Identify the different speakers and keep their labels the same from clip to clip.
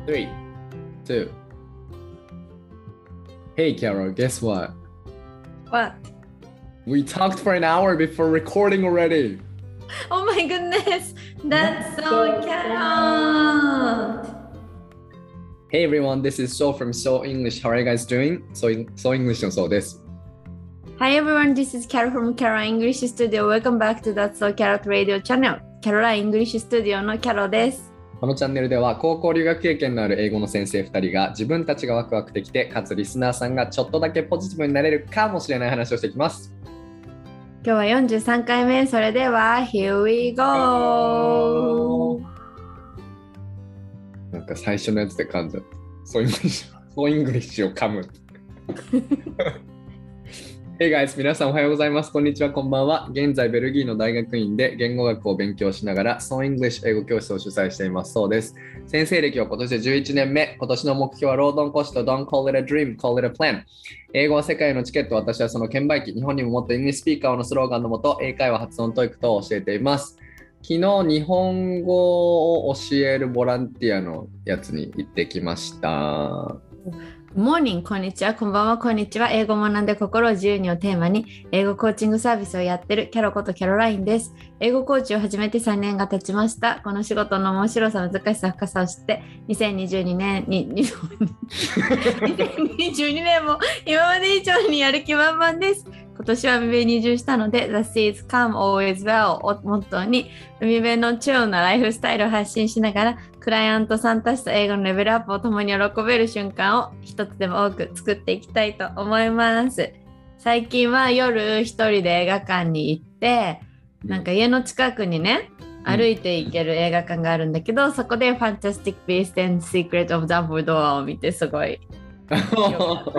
Speaker 1: Three, two. Hey, Carol, guess what?
Speaker 2: What?
Speaker 1: We talked for an hour before recording already.
Speaker 2: Oh my goodness, that's so cute.
Speaker 1: Hey everyone, this is So from So English. How are you guys doing? So English のそうです。
Speaker 2: Hi everyone, this is Carol from Carol English Studio. Welcome back to That's So Carrot Radio Channel. Carol English Studio の Carol です。
Speaker 1: このチャンネルでは高校留学経験のある英語の先生2人が自分たちがワクワクできて、かつリスナーさんがちょっとだけポジティブになれるかもしれない話をしていきます。
Speaker 2: 今日は43回目。それでは Here we go!
Speaker 1: なんか最初のやつで噛んじゃった。そうイングリッシュを噛む。Hey guys、皆さんおはようございます。こんにちは、こんばんは。現在ベルギーの大学院で言語学を勉強しながら So English 英語教室を主催しています。そうです。先生歴は今年で11年目。今年の目標は労働講師と Don't call it a dream, call it a plan。英語は世界のチケット、私はその券売機。日本にももっとイングリッシュスピーカーのスローガンのもと、英会話発音トイック等を教えています。昨日日本語を教えるボランティアのやつに行ってきました。
Speaker 2: モーニング、こんにちは、こんばんは、こんにちは。英語を学んで心を自由にをテーマに英語コーチングサービスをやってるキャロことキャロラインです。英語コーチを始めて3年が経ちました。この仕事の面白さ、難しさ、深さを知って2022年に2022年も今まで以上にやる気満々です。今年は海辺に移住したので The seas come always well をモットーに海辺のチルなライフスタイルを発信しながらクライアントさんたちと英語のレベルアップを共に喜べる瞬間を一つでも多く作っていきたいと思います。最近は夜一人で映画館に行ってなんか家の近くにね歩いて行ける映画館があるんだけど、そこで Fantastic Beasts and Secret of Dumbledore を見てすごいすごい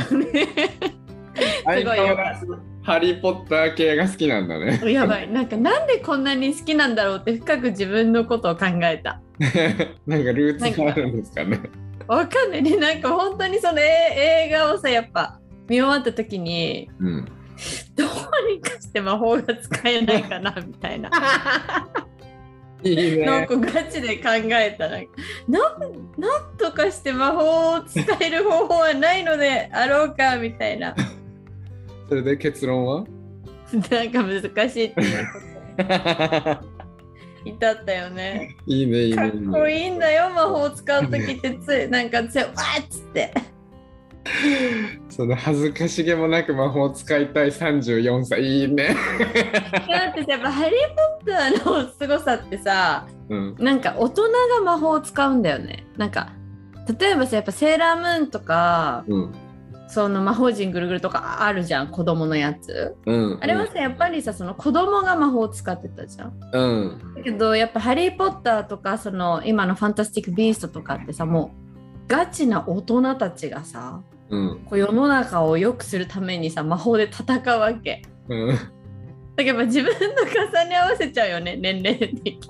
Speaker 2: よかった。
Speaker 1: ハリー・ポッター系が好きなんだね。
Speaker 2: やばい、なんでこんなに好きなんだろうって深く自分のことを考えた。
Speaker 1: なんかルーツがあるんですかね。
Speaker 2: わかんないね。なんか本当にその映画をさやっぱ見終わった時に、どうにかして魔法が使えないかなみたいな。
Speaker 1: いいね。
Speaker 2: なんかガチで考えた。なんとかして魔法を使える方法はないのであろうかみたいな。
Speaker 1: それで結論は
Speaker 2: なんか難しいっていうこと至ったよね。
Speaker 1: いいね、いいね。
Speaker 2: かっこいいんだよ、魔法を使うときってなんかわーっつって。
Speaker 1: その恥ずかしげもなく魔法を使いたい34歳、いいね。
Speaker 2: だってやっぱハリー・ポッターのすごさってさ、なんか大人が魔法を使うんだよね。なんか例えばさやっぱセーラームーンとか、その魔法陣ぐるぐるとかあるじゃん、子供のやつ、あれはさやっぱりさその子供が魔法を使ってたじゃん、だけどやっぱハリー・ポッターとかその今のファンタスティック・ビーストとかってさもうガチな大人たちがさ、こう世の中を良くするためにさ魔法で戦うわけ、だけどやっぱ自分の重ね合わせちゃうよね、年齢的に。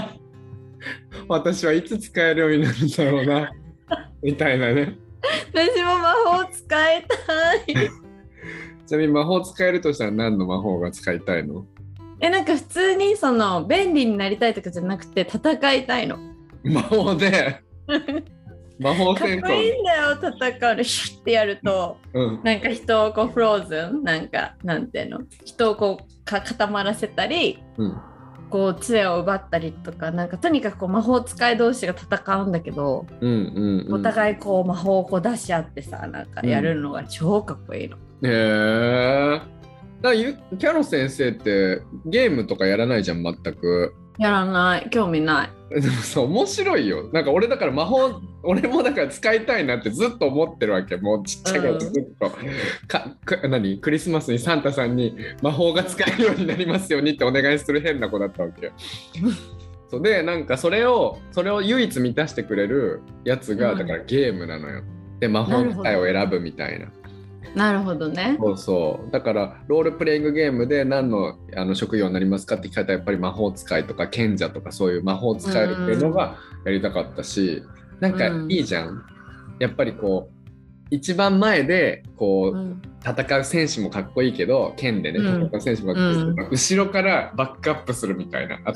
Speaker 1: 私はいつ使えるようになるんだろうなみたいなね。
Speaker 2: 私も魔法使いたい。
Speaker 1: ちなみに魔法使えるとしたら何の魔法が使いたいの？
Speaker 2: なんか普通にその便利になりたいとかじゃなくて戦いたいの。
Speaker 1: 魔法で魔法戦争。
Speaker 2: かっこいいんだよ、戦うのシュッてやると、なんか人をこうフローズンなんていうの、人をこう固まらせたり、こう杖を奪ったりとか、なんかとにかくこう魔法使い同士が戦うんだけど、お互いこう魔法をこう出し合ってさなんかやるのが超かっこいいの。
Speaker 1: へだキャロ先生ってゲームとかやらないじゃん、全く。
Speaker 2: やらない、興味ない。
Speaker 1: でもさ面白いよ。なんか俺だから俺もだから使いたいなってずっと思ってるわけ。もうちっちゃい頃ずっと、クリスマスにサンタさんに魔法が使えるようになりますようにってお願いする変な子だったわけ。そうでなんかそれを唯一満たしてくれるやつがだからゲームなのよ。で魔法使いを選ぶみたいな。
Speaker 2: なるほどね。
Speaker 1: そうだからロールプレイングゲームで何の職業になりますかって聞かれたらやっぱり魔法使いとか賢者とかそういう魔法使えるっていうのがやりたかったし、なんかいいじゃん、やっぱりこう一番前でこう、戦う選手もかっこいいけど剣でね戦う選手もかっこいいけど、後ろからバックアップするみたいな、あと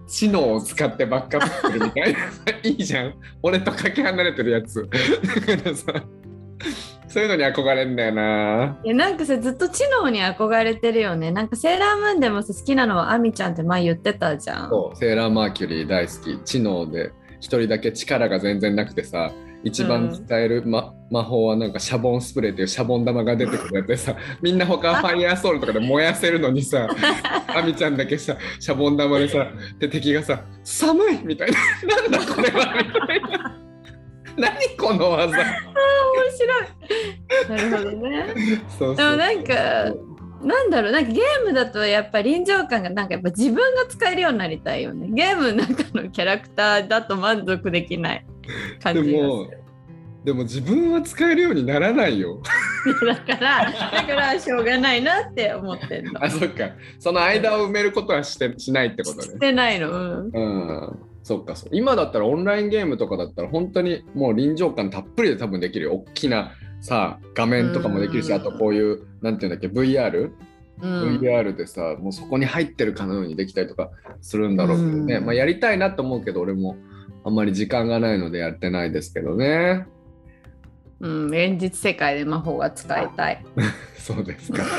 Speaker 1: 知能を使ってバックアップするみたいな。いいじゃん。俺とかけ離れてるやつ。だからさ、そういうのに憧れんだよな。
Speaker 2: いやなんかさずっと知能に憧れてるよね。なんかセーラームーンでもさ好きなのはアミちゃんって前言ってたじゃん。
Speaker 1: そう、セーラーマーキュリー大好き。知能で一人だけ力が全然なくてさ、一番使える、魔法はなんかシャボンスプレーっていうシャボン玉が出てくるやつでさ、みんな他ファイヤーソウルとかで燃やせるのにさ、アミちゃんだけさシャボン玉でさ、で敵がさ寒いみたいな、なんだこれはみたいな。何この技。
Speaker 2: 面白い。なるほどね。
Speaker 1: そうそう。
Speaker 2: でもなんかなんだろう、なんかゲームだとやっぱ臨場感がなんかやっぱ自分が使えるようになりたいよね。ゲームの中のキャラクターだと満足できない感じがする。
Speaker 1: でも自分は使えるようにならないよ。
Speaker 2: だからしょうがないなって思ってんの。
Speaker 1: あ、そっか。その間を埋めることはしないってことね。
Speaker 2: してないの。
Speaker 1: そっか。今だったらオンラインゲームとかだったら本当にもう臨場感たっぷりで多分できるよ。大きなさ画面とかもできるし、あとこういうなんていうんだっけ VR、VR でさ、もうそこに入ってるかのようにできたりとかするんだろうけどね。まあやりたいなと思うけど、俺もあんまり時間がないのでやってないですけどね。
Speaker 2: 現実世界で魔法が使いたい。
Speaker 1: そうですか。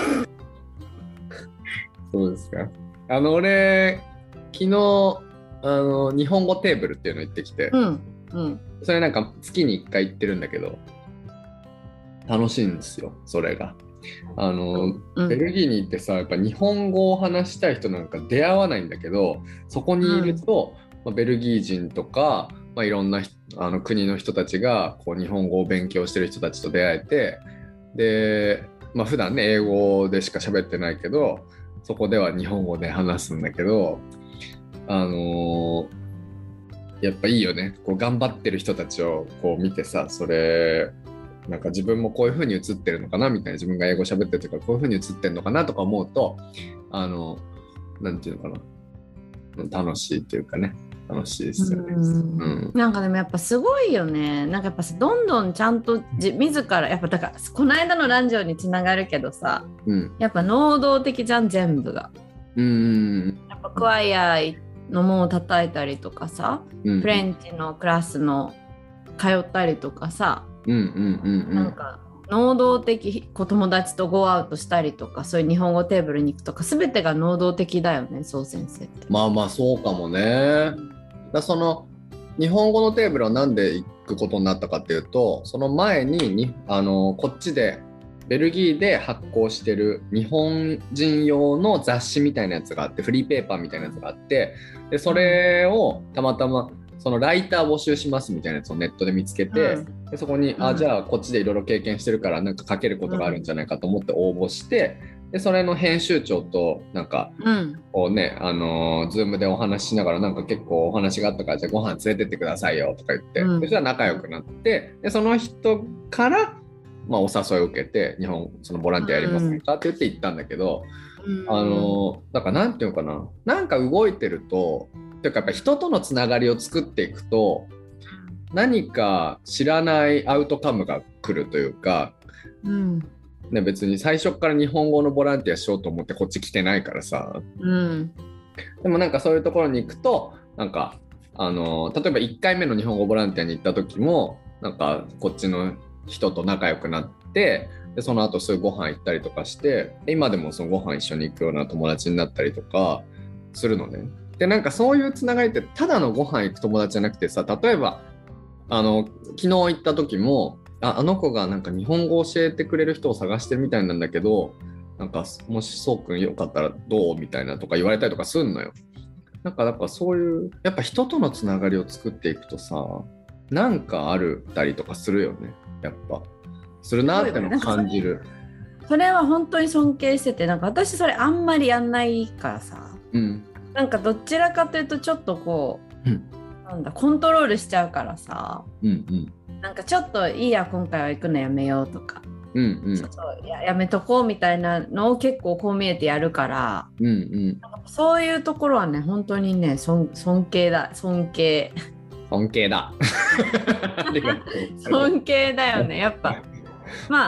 Speaker 1: そうですか。俺昨日日本語テーブルっていうの行ってきて、それなんか月に1回行ってるんだけど楽しいんですよ、それが。ベルギーに行ってさ、やっぱ日本語を話したい人なんか出会わないんだけど、そこにいると、ベルギー人とか、いろんな国の人たちがこう日本語を勉強してる人たちと出会えて、で、普段ね英語でしか喋ってないけど、そこでは日本語で話すんだけど、やっぱいいよね。こう頑張ってる人たちをこう見てさ、それなんか自分もこういう風に映ってるのかなみたいな、自分が英語喋ってるからこういう風に映ってるのかなとか思うと、なんていうのかな、楽しいっていうかね、楽しいですよね。
Speaker 2: なんかでもやっぱすごいよね。なんかやっぱどんどんちゃんと自らやっぱだからこの間のラジオにつながるけどさ、やっぱ能動的じゃん全部が。やっぱクワイアの門を叩いたりとかさ、フレンチのクラスの通ったりとかさ、なんか能動的、友達とゴーアウトしたりとか、そういう日本語テーブルに行くとか、全てが能動的だよね、そう先生って。
Speaker 1: まあそうかもね。その日本語のテーブルはなんで行くことになったかっていうと、その前にこっちでベルギーで発行してる日本人用の雑誌みたいなやつがあって、フリーペーパーみたいなやつがあって、でそれをたまたまそのライター募集しますみたいなやつをネットで見つけて、でそこにじゃあこっちでいろいろ経験してるからなんか書けることがあるんじゃないかと思って応募して、でそれの編集長となんかこうね、Zoom でお話ししながら、なんか結構お話があったから、じゃあご飯連れてってくださいよとか言って、そしたら仲良くなって、でその人からお誘いを受けて、そのボランティアやりますかって言って行ったんだけど、だからなんていうのかな、なんか動いてると、というかやっぱ人とのつながりを作っていくと、何か知らないアウトカムが来るというか、ね、別に最初から日本語のボランティアしようと思ってこっち来てないからさ、でもなんかそういうところに行くと、なんか例えば1回目の日本語ボランティアに行った時も、なんかこっちの人と仲良くなって、でその後すぐご飯行ったりとかして、今でもそのご飯一緒に行くような友達になったりとかするのね。でなんかそういうつながりってただのご飯行く友達じゃなくてさ、例えば昨日行った時も、あの子がなんか日本語を教えてくれる人を探してるみたいなんだけど、なんかもしそうくんよかったらどうみたいなとか言われたりとかすんのよ。なんかそういうやっぱ人とのつながりを作っていくとさ、なんかあるたりとかするよね。やっぱするなってのを感じる。
Speaker 2: それは本当に尊敬してて、なんか私それあんまりやんないからさ、なんかどちらかというとちょっとこう、なんだコントロールしちゃうからさ、なんかちょっといいや今回は行くのやめようとか、ちょっとやめとこうみたいなのを結構こう見えてやるから、そういうところはね本当にね尊敬だ。尊敬だよねやっぱ。まあ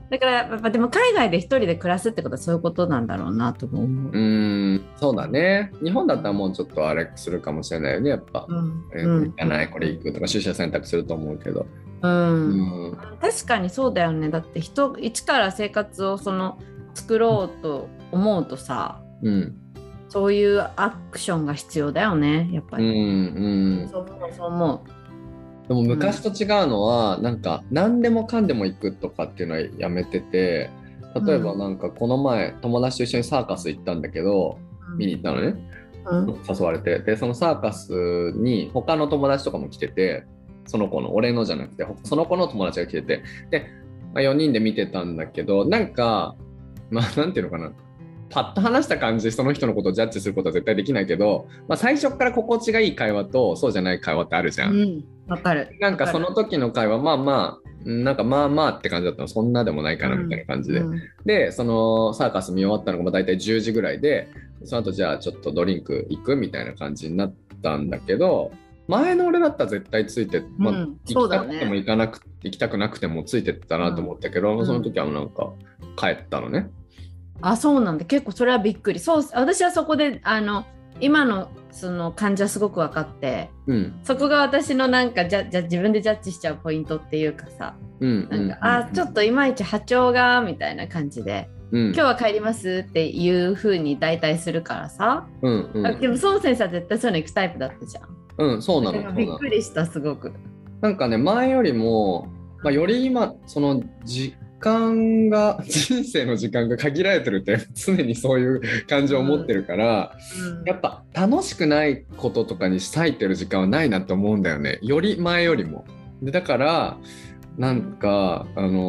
Speaker 2: だからやっぱでも海外で一人で暮らすってことはそういうことなんだろうなと思う。
Speaker 1: そうだね。日本だったらもうちょっとあれするかもしれないよね、やっぱ。行かない、これ行くとか取捨選択すると思うけど。
Speaker 2: 確かにそうだよね。だって一から生活を作ろうと思うとさ、そういうアクションが必要だよね、やっぱり。そう思う。
Speaker 1: でも昔と違うのは、なんか何でもかんでも行くとかっていうのはやめてて、例えばなんかこの前友達と一緒にサーカス行ったんだけど、見に行ったのね、誘われて、でそのサーカスに他の友達とかも来てて、その子の、俺のじゃなくてその子の友達が来てて、で、4人で見てたんだけど、なんかなんていうのかな、パッと話した感じでその人のことをジャッジすることは絶対できないけど、最初から心地がいい会話とそうじゃない会話ってあるじゃん。
Speaker 2: わかる。
Speaker 1: なんかその時の会話なんかまあって感じだったの、そんなでもないかなみたいな感じで、でそのサーカス見終わったのが大体10時ぐらいで、その後じゃあちょっとドリンク行くみたいな感じになったんだけど、前の俺だったら絶対ついて、行きたくても行きたくなくてもついてったなと思ったけど、その時はなんか帰ったのね。
Speaker 2: そうなんだ。結構それはびっくり。そう、私はそこで今のその感じはすごく分かって、そこが私のなんかじゃ自分でジャッジしちゃうポイントっていうかさ、なんかちょっといまいち波長がみたいな感じで、今日は帰りますっていう風に大体するからさ、でも孫先生は絶対そういうの行くタイプだったじゃん。
Speaker 1: そうなの。
Speaker 2: びっくりした、すごく。
Speaker 1: なんかね、前よりも、より今その人生の時間が限られてるって常にそういう感情を持ってるから、やっぱ楽しくないこととかに割いてる時間はないなって思うんだよね、より前よりも。でだからなんか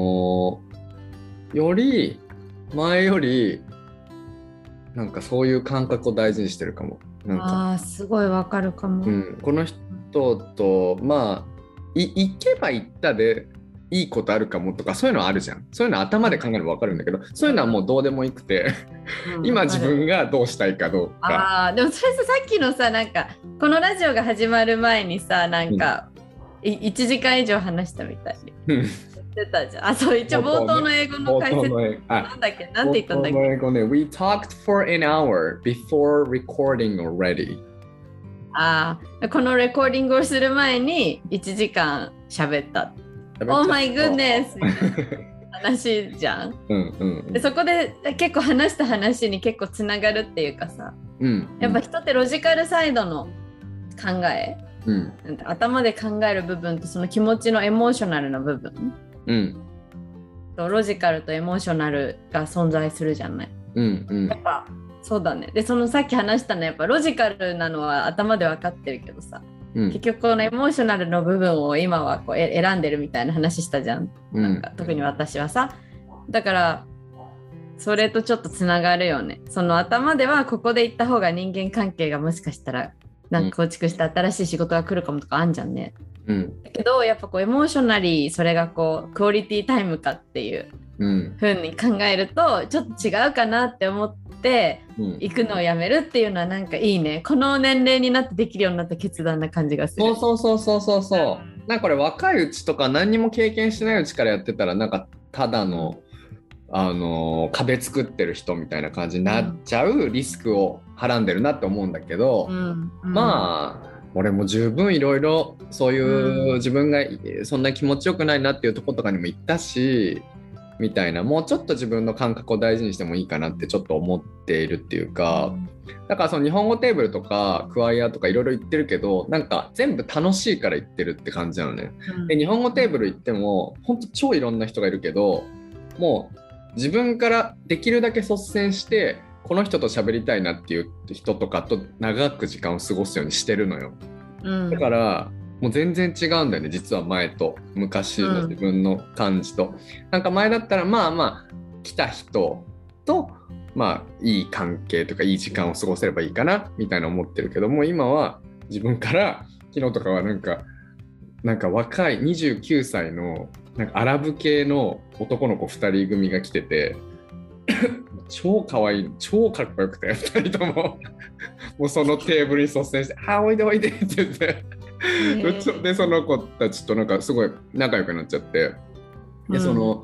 Speaker 1: より前よりなんかそういう感覚を大事にしてるかも。なんか
Speaker 2: すごいわかるかも。
Speaker 1: この人と行けば行ったでいいことあるかもとか、そういうのあるじゃん。そういうの頭で考えれば分かるんだけど、そういうのはもうどうでもよくて、今自分がどうしたいかどうか。
Speaker 2: でもそれさっきのさ、なんかこのラジオが始まる前にさ、なんか、1時間以上話したみたいに言ってたじゃん。そう、一応冒頭の英語の解説なんだっけ、なんて言ったんだっけ。
Speaker 1: 冒頭の英語ね、We talked for an hour before recording already。
Speaker 2: このレコーディングをする前に1時間喋った。Oh my goodness 話じゃん。でそこで結構話した話に結構つながるっていうかさ、やっぱ人ってロジカルサイドの考え、頭で考える部分とその気持ちのエモーショナルな部分、とロジカルとエモーショナルが存在するじゃない。やっぱそうだね。でそのさっき話したのはやっぱロジカルなのは頭で分かってるけどさ、結局このエモーショナルの部分を今はこう選んでるみたいな話したじゃん。なんか特に私はさ、だからそれとちょっとつながるよね。その頭ではここで行った方が人間関係がもしかしたらなんか構築して新しい仕事が来るかもとかあんじゃんね。だけどやっぱこうエモーショナリー、それがこうクオリティタイムかっていう風に考えるとちょっと違うかなって思って行くのをやめるっていうのはなんかいいね。この年齢になってできるようになった決断な感じがする。
Speaker 1: そうなんかこれ若いうちとか何にも経験しないうちからやってたらなんかただの壁作ってる人みたいな感じになっちゃうリスクをはらんでるなって思うんだけど、俺も十分いろいろそういう自分がそんな気持ちよくないなっていうところとかにも行ったしみたいな、もうちょっと自分の感覚を大事にしてもいいかなってちょっと思っているっていうか、だからその日本語テーブルとかクワイアとかいろいろ言ってるけど、なんか全部楽しいから言ってるって感じなのね。で日本語テーブル行ってもほんと超いろんな人がいるけど、もう自分からできるだけ率先してこの人と喋りたいなっていう人とかと長く時間を過ごすようにしてるのよ。だからもう全然違うんだよね、実は前と昔の自分の感じと。なんか前だったら来た人といい関係とかいい時間を過ごせればいいかなみたいな思ってるけども、今は自分から昨日とかはなんか若い29歳のなんかアラブ系の男の子2人組が来てて超可愛い、超かっこよくて2人とももうそのテーブルに率先しておいでおいでって言ってでその子たちとなんかすごい仲良くなっちゃって、でその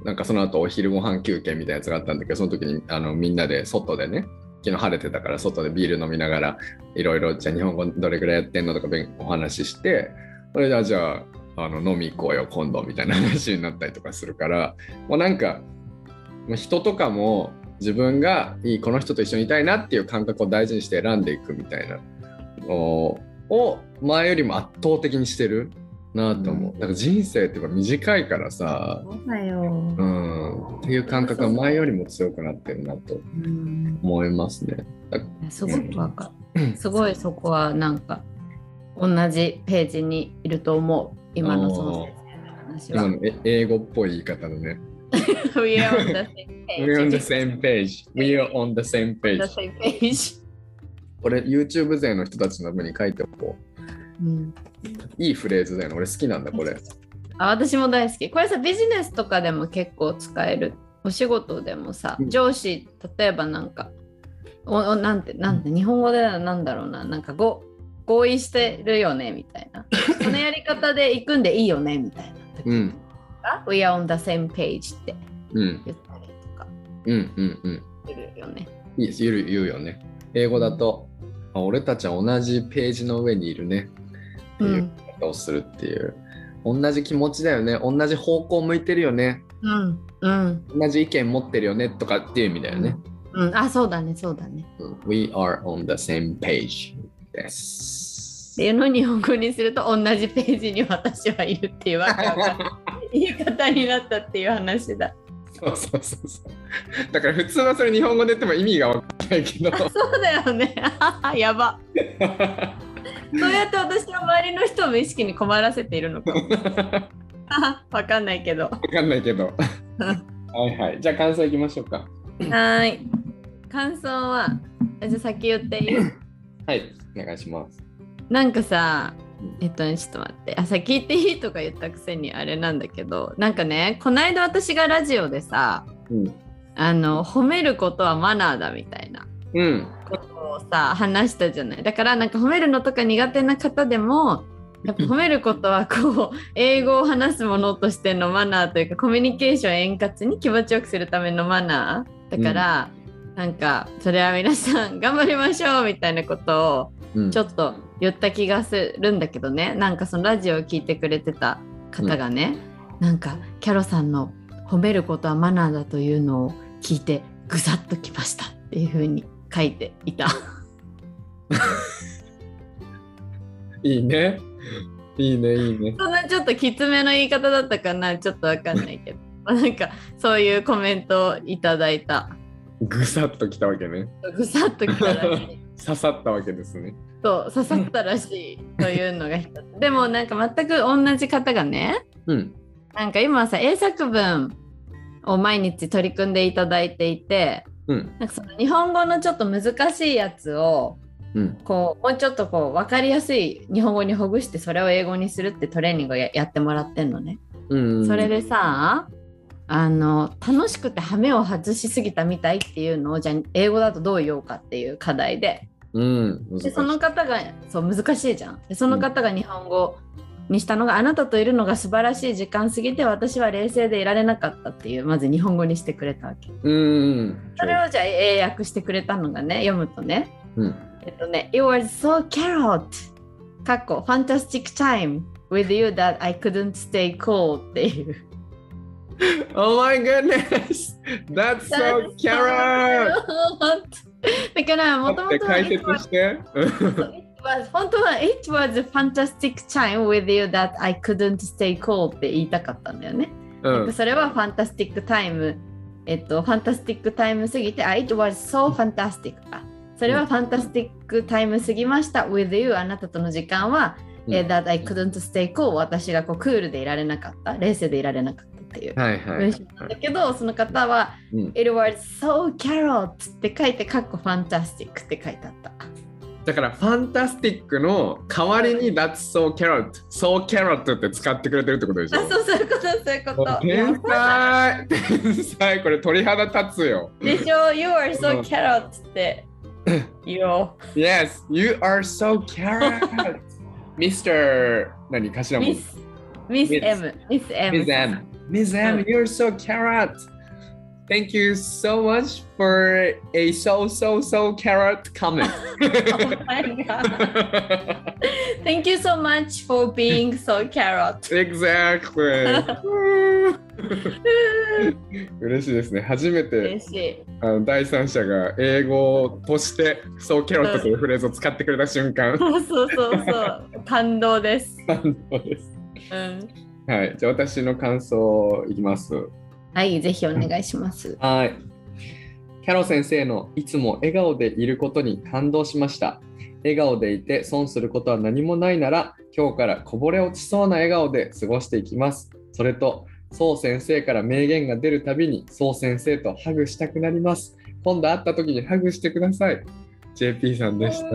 Speaker 1: なんかその後お昼ご飯休憩みたいなやつがあったんだけど、その時にみんなで外でね、昨日晴れてたから外でビール飲みながらいろいろ、じゃあ日本語どれぐらいやってんのとかお話しして、それでじゃあ飲み行こうよ今度みたいな話になったりとかするから、もうなんか人とかも自分がこの人と一緒にいたいなっていう感覚を大事にして選んでいくみたいなのを前よりも圧倒的にしてるなと思う。だから人生っていうか短いからさ、
Speaker 2: そうだよ、
Speaker 1: っていう感覚が前よりも強くなってるなと思いますね。
Speaker 2: すごくわかる。すごいそこはなんか同じページにいると思う。今のその先生の話は。
Speaker 1: 今の英語っぽい言い方だね。
Speaker 2: We are on the same page.
Speaker 1: We are on the same page. We are on the same page. これ YouTube 勢の人たちのために書いておこう。いいフレーズだよね。俺好きなんだこれ。
Speaker 2: 私も大好き。これさ、ビジネスとかでも結構使える。お仕事でもさ、上司、例えばなんかなんて日本語でなんだろうな、なんか合意してるよねみたいな。そのやり方で行くんでいいよねみたいな時が、We are on the same page って言ったりとか。言うよね。
Speaker 1: 言うよね。英語だと、俺たちは同じページの上にいるねっていうことをするっていう、同じ気持ちだよね、同じ方向向いてるよね、同じ意見持ってるよねとかっていう意味だよね。
Speaker 2: あ、そうだね、そうだね。
Speaker 1: We are on the same page です。
Speaker 2: っていうのを日本語にすると、同じページに私はいるっていうわけが言い方になったっていう話だ。
Speaker 1: そう。だから普通はそれ日本語で言っても意味が分からないけど。
Speaker 2: そうだよね。やば。そうやって私の周りの人を無意識に困らせているのか。分かんないけど。はい。じゃあ感想いきましょうか。 はい。感想は、じゃあ先言っていい？
Speaker 1: はい、お願いします。
Speaker 2: なんかさ、ちょっと待って。先言っていいとか言ったくせにあれなんだけど、なんかね、この間私がラジオでさ、褒めることはマナーだみたいなことをさ、話したじゃない。だからなんか褒めるのとか苦手な方でも、やっぱ褒めることはこう英語を話すものとしてのマナーというか、コミュニケーションを円滑に気持ちよくするためのマナーだから、なんかそれは皆さん頑張りましょうみたいなことをちょっと言った気がするんだけどね、なんかそのラジオを聞いてくれてた方がね、なんかキャロさんの褒めることはマナーだというのを聞いてぐさっときましたっていう風に書いていた。
Speaker 1: いいね。
Speaker 2: そんなちょっときつめの言い方だったかな、ちょっとわかんないけどなんかそういうコメントをいただいた。
Speaker 1: ぐさっときたわけね。
Speaker 2: ぐさっときたらしい。
Speaker 1: 刺さったわけですね。
Speaker 2: そう、刺さったらしいというのが一つ。でもなんか全く同じ方がね、なんか今さ、英作文を毎日取り組んでいただいていて、なんかその日本語のちょっと難しいやつをこうもうちょっとこう分かりやすい日本語にほぐして、それを英語にするってトレーニングを やってもらってんのね。それでさ、楽しくてハメを外しすぎたみたいっていうのを、じゃあ英語だとどう言おうかっていう課題で、でその方が難しいじゃん。でその方が日本語にしたのが、あなたといるのが素晴らしい時間すぎて私は冷静でいられなかったっていう、まず日本語にしてくれたわけ。それをじゃあ英訳してくれたのがね、読むとね、It was so carrot かっこ fantastic time with you that I couldn't stay cool っていう。
Speaker 1: Oh my goodness! That's so carrot!
Speaker 2: だからもともと
Speaker 1: 解説して。
Speaker 2: 本当は It was a fantastic time with you that I couldn't stay cool って言いたかったんだよね。それはファンタスティックタイム、ファンタスティックタイムすぎて、It was so fantastic。それはファンタスティックタイム過ぎました。with you あなたとの時間は、that I couldn't stay cool 私がこうクールでいられなかった、冷静でいられなかったっていう文章なんだけど、その方は、It was so carrot って書いてかっこファンタスティックって書いてあった。
Speaker 1: だからファンタスティックの代わりに That's so carrot って使ってくれてるってことでしょ。
Speaker 2: そういうこと
Speaker 1: 天才これ鳥肌立つよ。
Speaker 2: でしょ。 You are so carrot って言おう。
Speaker 1: Yes, you are so carrot Mr. 何頭文字？
Speaker 2: Miss M
Speaker 1: Miss M, you're so carrot. Thank you so much for a so carrot comment.
Speaker 2: Oh my god. Thank you so much for being so carrot.
Speaker 1: Exactly. 嬉しいですね。初めて第三者が英語としてそうキャロットというフレーズを使ってくれた瞬間。
Speaker 2: そう感動です。
Speaker 1: 感動です。はい、じゃあ私の感想いきます。
Speaker 2: はい、ぜひお願いします。
Speaker 1: はい。キャロ先生のいつも笑顔でいることに感動しました。笑顔でいて損することは何もないなら、今日からこぼれ落ちそうな笑顔で過ごしていきます。それと、そう先生から名言が出るたびに、そう先生とハグしたくなります。今度会った時にハグしてください。JP さんでした。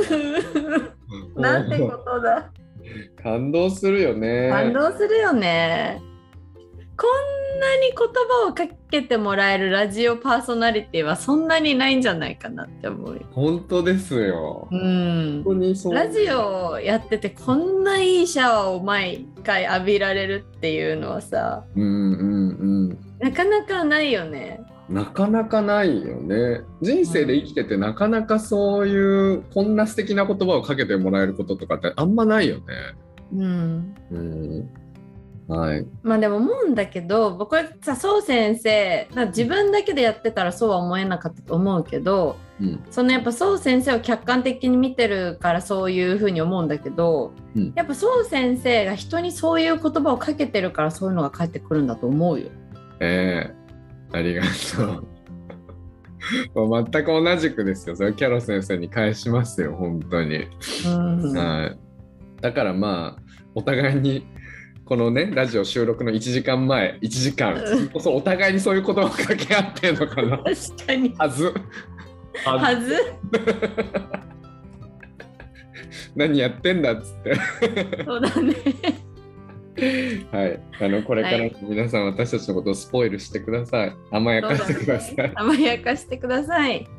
Speaker 2: なんてことだ。
Speaker 1: 感動するよね。
Speaker 2: 感動するよね。こんなに言葉をかけてもらえるラジオパーソナリティはそんなにないんじゃないかなって思うよ。
Speaker 1: 本当ですよ。
Speaker 2: 本当にそう。ラジオをやっててこんないいシャワーを毎回浴びられるっていうのはさ、なかなかないよね。
Speaker 1: なかなかないよね。人生で生きててなかなかそういうこんな素敵な言葉をかけてもらえることとかってあんまないよね。はい、
Speaker 2: まあでも思うんだけど、僕はさ、そう先生自分だけでやってたらそうは思えなかったと思うけど、そのやっぱそう先生を客観的に見てるからそういうふうに思うんだけど、やっぱそう先生が人にそういう言葉をかけてるからそういうのが返ってくるんだと思うよ。
Speaker 1: ありがとう。全く同じくですよ。それキャロ先生に返しますよ、本当に。はい、だからまあお互いにこのねラジオ収録の1時間前1時間お互いにそういう言葉を掛け合ってんのかな。
Speaker 2: 確かに
Speaker 1: はず何やってんだっつって
Speaker 2: そうだね。
Speaker 1: はい、これから皆さん、私たちのことをスポイルしてください。甘やかしてください。
Speaker 2: 甘やかしてください。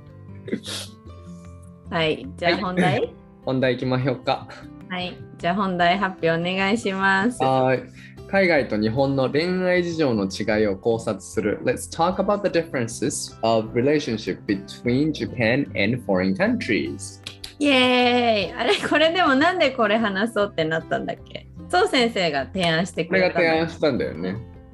Speaker 2: はい、じゃあ本題、
Speaker 1: 本題いきましょうか。
Speaker 2: はい、じゃあ本題発表お願いします。
Speaker 1: はい。海外と日本の恋愛事情の違いを考察する Let's talk about the differences of relationship between Japan and foreign countries。
Speaker 2: イエーイ。あれこれでもなんでこれ話そうってなったんだっけ。そう先生が提案してくれた。
Speaker 1: これが提案したんだよね。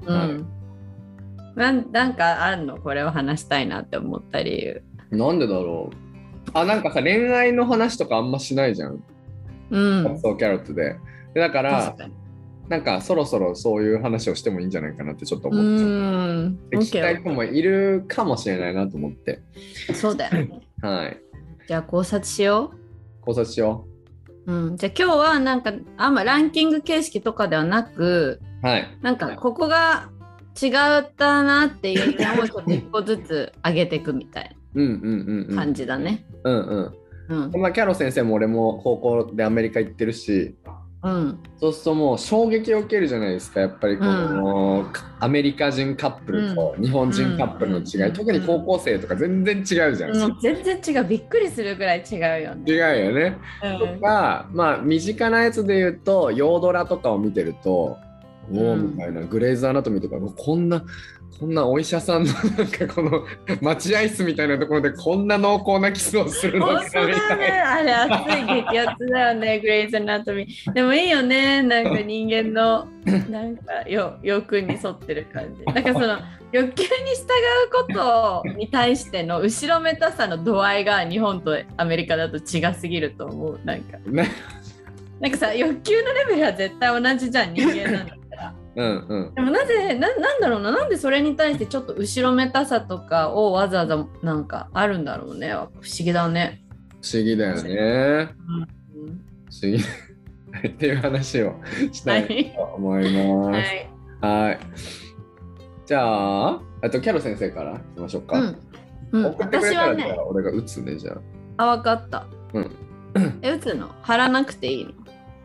Speaker 2: なんかあるのこれを話したいなって思った理由。
Speaker 1: なんでだろう。なんかさ恋愛の話とかあんましないじゃん。そうキャロットでだからなんかそろそろそういう話をしてもいいんじゃないかなってちょっと思って、聞きたい人もいるかもしれないなと思って。
Speaker 2: そうだよね。
Speaker 1: はい。
Speaker 2: じゃあ考察しよ
Speaker 1: う。じゃあ
Speaker 2: 今日はなんかあんまランキング形式とかではなく、なんかここが違ったなっていうのをちょっと一個ずつ上げていくみたいな感じだね。
Speaker 1: まあ、キャロ先生も俺も高校でアメリカ行ってるし、そうするともう衝撃を受けるじゃないですか。やっぱりこの、アメリカ人カップルと日本人カップルの違い、特に高校生とか全然違うじゃん。
Speaker 2: 全然違う。びっくりするぐらい違うよね。
Speaker 1: 違うよね。とかまあ身近なやつで言うとヨードラとかを見てるとみたいな、グレイズアナトミーとかこんなお医者さんのなんかこの待合室みたいなところでこんな濃厚なキスをするのかみたいな。
Speaker 2: あれ熱い激アツだよね、グレイズアナトミー。でもいいよね、なんか人間のなんか欲に沿ってる感じ。なんかその欲求に従うことに対しての後ろめたさの度合いが日本とアメリカだと違すぎると思う。なんかさ、欲求のレベルは絶対同じじゃん、人間なんだから。でもなんだろうな、なんでそれに対してちょっと後ろめたさとかをわざわざなんかあるんだろうね。不思議だね。
Speaker 1: 不思議だよね。不思議っていう話をしたいと思います。はい。じゃあキャロ先生からいきましょうか。送ってくれたらじゃあ俺が打つね。じゃ
Speaker 2: あ。分かった。打つの貼らなくていいの？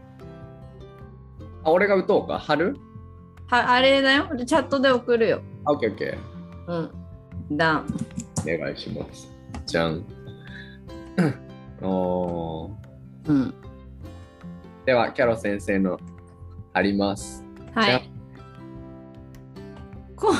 Speaker 1: 俺が打とうか。貼る？
Speaker 2: あれだよ。チャットで送るよ。
Speaker 1: オッケー。
Speaker 2: ダン。
Speaker 1: お願いします。じゃん。ではキャロ先生の貼ります。
Speaker 2: はい。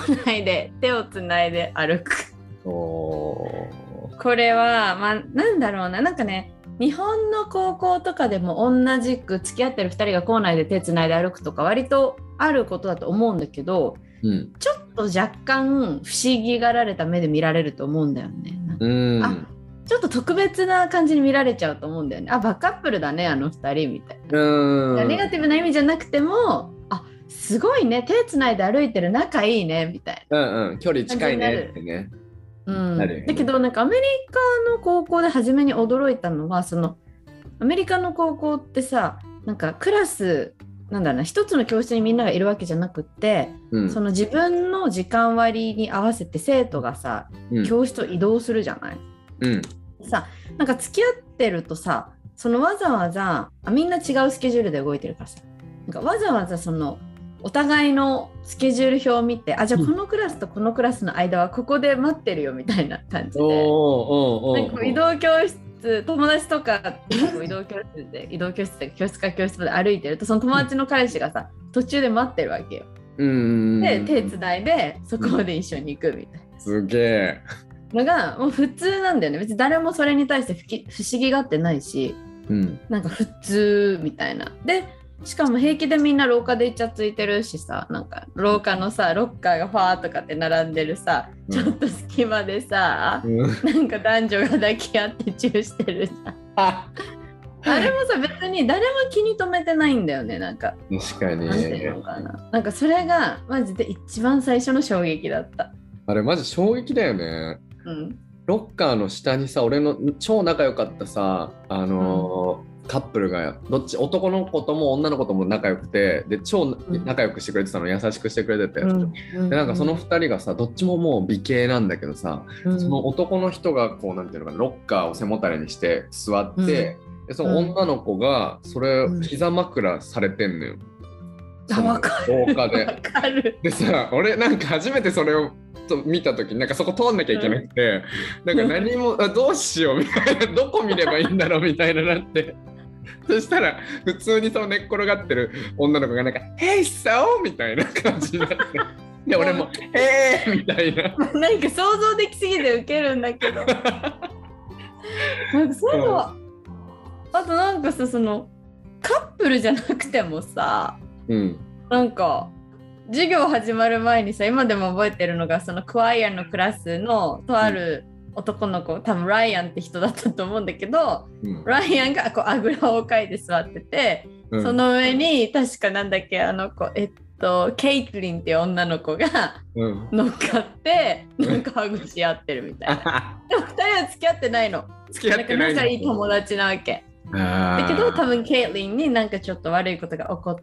Speaker 2: 手をつないで歩く。
Speaker 1: こ
Speaker 2: れはまあなんだろうな、なんかね、日本の高校とかでも同じく付き合ってる2人が校内で手つないで歩くとか割とあることだと思うんだけど、ちょっと若干不思議がられた目で見られると思うんだよね。ちょっと特別な感じに見られちゃうと思うんだよね。バカップルだねあの2人みたいな。ネガティブな意味じゃなくても、すごいね、手つないで歩いてる、仲いいねみたい
Speaker 1: な、距離近いねってね。
Speaker 2: だけどなんかアメリカの高校で初めに驚いたのは、そのアメリカの高校ってさ、なんかクラスなんだろうな、一つの教室にみんながいるわけじゃなくって、その自分の時間割に合わせて生徒がさ、教室を移動するじゃない、さ、なんか付き合ってるとさ、そのわざわざみんな違うスケジュールで動いてるからさ、なんかわざわざそのお互いのスケジュール表を見て、じゃあこのクラスとこのクラスの間はここで待ってるよみたいな感じで、なんか移動教室、友達とか移動教室で教室から教室まで歩いてると、その友達の彼氏がさ途中で待ってるわけよ。で手つないでそこまで一緒に行くみたいな。
Speaker 1: すげえ。
Speaker 2: のがもう普通なんだよね。別に誰もそれに対して不思議がってないし、なんか普通みたいな。でしかも平気でみんな廊下でイチャついてるしさ、なんか廊下のさロッカーがファーとかって並んでるさ、ちょっと隙間でさ、なんか男女が抱き合ってチューしてるじゃん。あれもさ別に誰も気に留めてないんだよね。なんか
Speaker 1: 確かに
Speaker 2: なんていうのかな、なんかそれがマジで一番最初の衝撃だった。
Speaker 1: あれマジ衝撃だよね。ロッカーの下にさ、俺の超仲良かったさ、カップルがどっち、男の子とも女の子とも仲良くて、で超仲良くしてくれてたの、優しくしてくれてて、でなんかその2人がさ、どっちももう美形なんだけどさ、その男の人がこうなんていうのかな、ロッカーを背もたれにして座って、でその女の子がそれ膝枕されてんのよ。
Speaker 2: わかる。
Speaker 1: 廊下で。でさ、俺なんか初めてそれを見た時になんかそこ通んなきゃいけなくて、なんか何もどうしようみたいな、どこ見ればいいんだろうみたいななってそしたら普通にその寝っ転がってる女の子がなんか「Hey so!」みたいな感じになってで俺も「Hey!」みたいな
Speaker 2: なんか想像できすぎてウケるんだけどなんかそういうのは、あとなんかさ、そのカップルじゃなくてもさ、なんか授業始まる前にさ、今でも覚えてるのが、そのクワイアのクラスのとある男の子、多分ライアンって人だったと思うんだけど、ライアンがこうあぐらをかいて座ってて、その上に確かなんだっけ、あの子ケイトリンっていう女の子が乗っかって、なんかハグし合ってるみたいな。でも2人は付き合ってないの。
Speaker 1: 付き合ってないの。
Speaker 2: 仲いい友達なわけ。だけど多分ケイトリンになんかちょっと悪いことが起こって、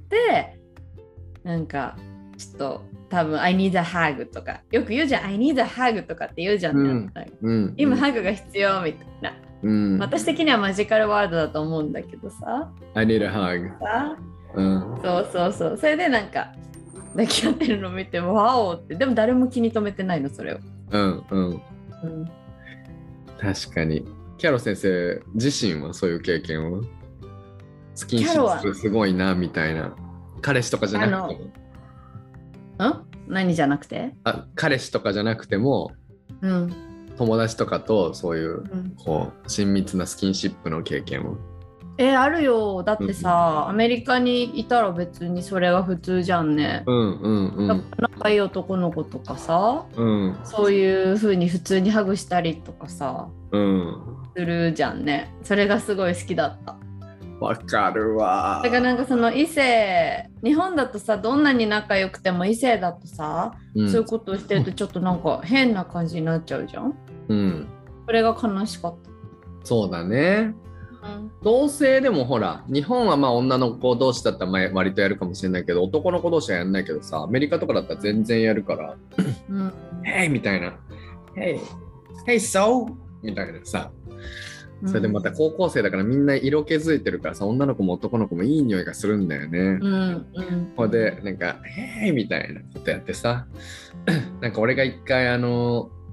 Speaker 2: なんかちょっと多分 I need a hug とかよく言うじゃん。I need a hug とかって言うじゃん、今ハグが必要みたいな、私的にはマジカルワードだと思うんだけどさ、
Speaker 1: I need a hug、
Speaker 2: そうそれでなんか抱き合ってるのを見てワオって。でも誰も気に留めてないの、それを。
Speaker 1: 確かに。キャロ先生自身はそういう経験を、スキンシップすごいなみたいな。彼氏とかじゃなくても、
Speaker 2: 何じゃなくて、
Speaker 1: 彼氏とかじゃなくても、友達とかとそういう、こう親密なスキンシップの経験を。
Speaker 2: あるよ。だってさ、アメリカにいたら別にそれが普通じゃんね。仲いい男の子とかさ、そういう風に普通にハグしたりとかさ、するじゃんね。それがすごい好きだった。
Speaker 1: わかるわ。
Speaker 2: だからなんかその異性、日本だとさ、どんなに仲良くても異性だとさ、そういうことをしてるとちょっとなんか変な感じになっちゃうじゃん。それが悲しかった。
Speaker 1: そうだね。同性でもほら、日本はまあ女の子同士だったら割とやるかもしれないけど、男の子同士はやんないけどさ、アメリカとかだったら全然やるから「Hey!」みたいな「Hey! Hey so!」みたいなさ。それでまた高校生だからみんな色気づいてるからさ、女の子も男の子もいい匂いがするんだよね。これでなんか「へーい!」みたいなことやってさなんか俺が一回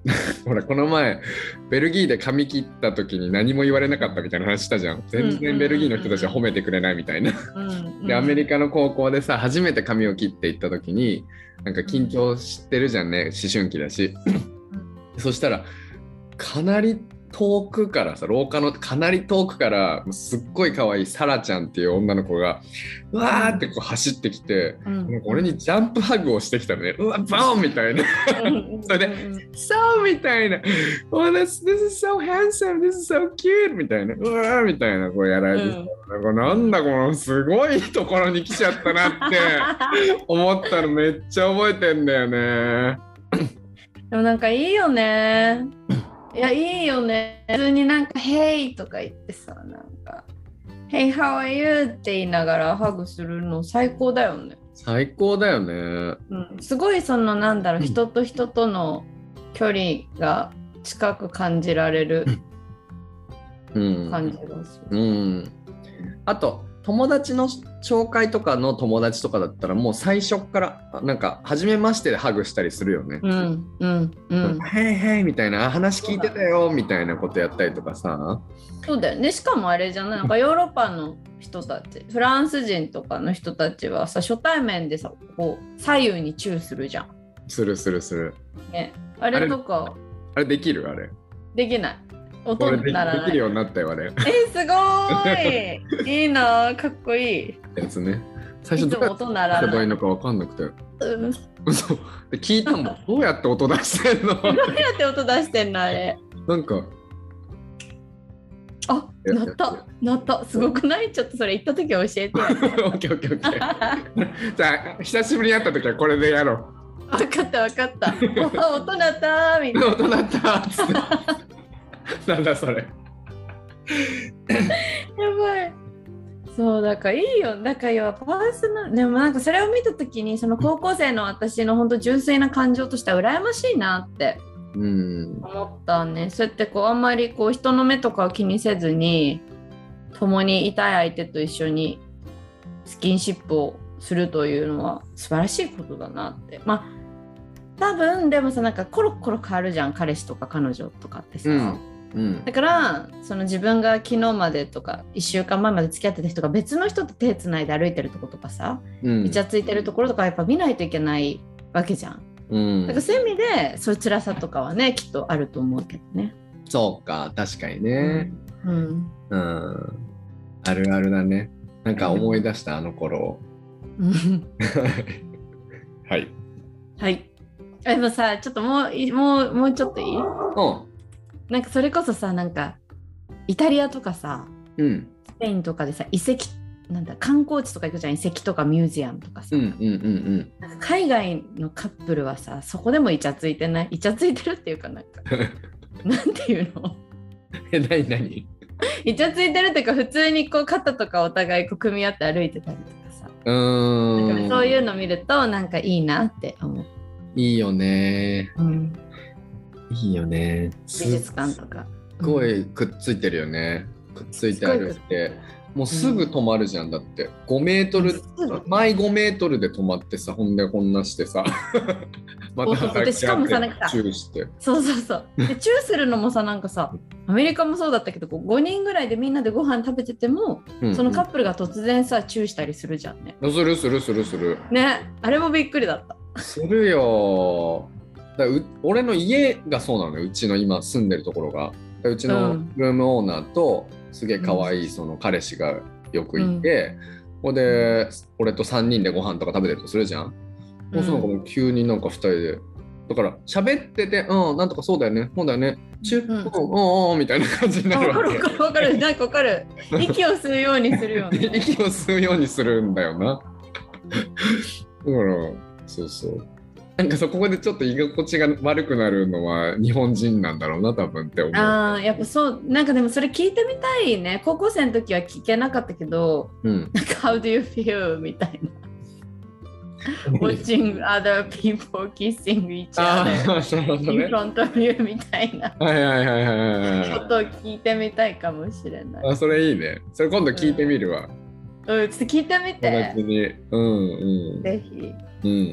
Speaker 1: ほらこの前ベルギーで髪切った時に何も言われなかったみたいな話したじゃん。全然ベルギーの人たちは褒めてくれないみたいな。でアメリカの高校でさ初めて髪を切っていった時になんか緊張してるじゃんね、思春期だし。そしたらかなり遠くからさ、廊下のかなり遠くからすっごい可愛いサラちゃんっていう女の子がうわーってこう走ってきて、なんか俺にジャンプハグをしてきたのね。うわバーンみたいなそれで「そう」みたいな「Oh, this is so handsome, this is so cute」みたいな「うわー」みたいなこうやられてなんだこのすごいところに来ちゃったなって思ったのめっちゃ覚えてんだよね。
Speaker 2: でもなんかいいよね。いやいいよね。普通になんか「Hey」とか言ってさ、なんか「Hey, how are you?」って言いながらハグするの最高だよね。
Speaker 1: 最高だよね。
Speaker 2: すごいそのなんだろう、人と人との距離が近く感じられる感じがする。
Speaker 1: あと友達の紹介とかの友達とかだったらもう最初からなんか初めましてでハグしたりするよね。へいへいみたいな話聞いてたよみたいなことやったりとかさ。
Speaker 2: そうだよね。しかもあれじゃない、なんかヨーロッパの人たちフランス人とかの人たちはさ初対面でさこう左右にチューするじゃん。
Speaker 1: する、
Speaker 2: ね、あれとか
Speaker 1: あれできる？あれ
Speaker 2: できない。音にならない。
Speaker 1: できるようになったよあれ。
Speaker 2: すごーいいいな、かっこいい
Speaker 1: やつね。最初どうやって音出せばいいのか分かんなくて、そうで聞いたもんどうやって音出してんの
Speaker 2: どうやって音出してんのあれ。
Speaker 1: なんか
Speaker 2: なったすごくない？ちょっとそれ行った時教えてよ。
Speaker 1: オッケーじゃあ久しぶりに会った時はこれでやろ
Speaker 2: う。分かった音鳴ったみたいな。
Speaker 1: 音鳴ったっつってなんだそれ。
Speaker 2: やばい。そうだからいいよ。だからパーソナルでもなんかそれを見た時にその高校生の私の本当純粋な感情としては羨ましいなって思ったね。そうやってこうあんまりこう人の目とかを気にせずに共にいたい相手と一緒にスキンシップをするというのは素晴らしいことだなって。まあ多分でもさなんかコロコロ変わるじゃん、彼氏とか彼女とかってさ。だからその自分が昨日までとか1週間前まで付き合ってた人が別の人と手つないで歩いてるとことかさ、イチャついてるところとかやっぱ見ないといけないわけじゃん。だからそういう意味でそういう辛さとかはねきっとあると思うけどね。そう
Speaker 1: か確かにね。あるあるだね。なんか思い出したあの頃を。はい。
Speaker 2: でもさちょっともうちょっといい？なんかそれこそさなんかイタリアとかさ、スペインとかでさ遺跡なんだ観光地とか行くじゃん、遺跡とかミュージアムとかさ、なんか海外のカップルはさそこでもイチャついてない？イチャついてるっていうかなんかなんていうの
Speaker 1: 何
Speaker 2: イチャついてるっていうか普通にこう肩とかお互いこう組み合って歩いてたりとかさ、なんかそういうの見るとなんかいいなって思う。
Speaker 1: いいよね。いいよね。
Speaker 2: 美術館とか
Speaker 1: すごいくっついてるよね。くっついて歩いてもうすぐ止まるじゃん。だって5メートル毎5メートルで止まってさ、ほんでこんなしてさまた
Speaker 2: 働き合って
Speaker 1: チューして。
Speaker 2: そうでチューするのもさなんかさアメリカもそうだったけど5人ぐらいでみんなでご飯食べてても、そのカップルが突然さチューしたりするじゃんね。
Speaker 1: する
Speaker 2: ね。あれもびっくりだった。
Speaker 1: するよ。俺の家がそうなのよ。うちの今住んでるところがうちのルームオーナーとすげえ可愛いその彼氏がよくいて、で俺と3人でご飯とか食べてるとするじゃん。もうその子も急になんか2人でだから喋っててなんとかそうだよねそうだよねチュッみたいな感じになるわけ。
Speaker 2: わかるなんかわかる。息を吸うようにするよね。
Speaker 1: 息を吸うようにするんだよな。だからそうなんかこでちょっと居心地が悪くなるのは日本人なんだろうな多分って思う。
Speaker 2: やっぱそうなんかでもそれ聞いてみたいね。高校生の時は聞けなかったけど、なんか How do you feel みたいなwatching other people kissing each other in front of you みたいなことを聞いてみたいかもしれない。
Speaker 1: それいいね。それ今度聞いてみるわ。
Speaker 2: ちょっと聞いてみて。
Speaker 1: ぜひ。 うんうんうん、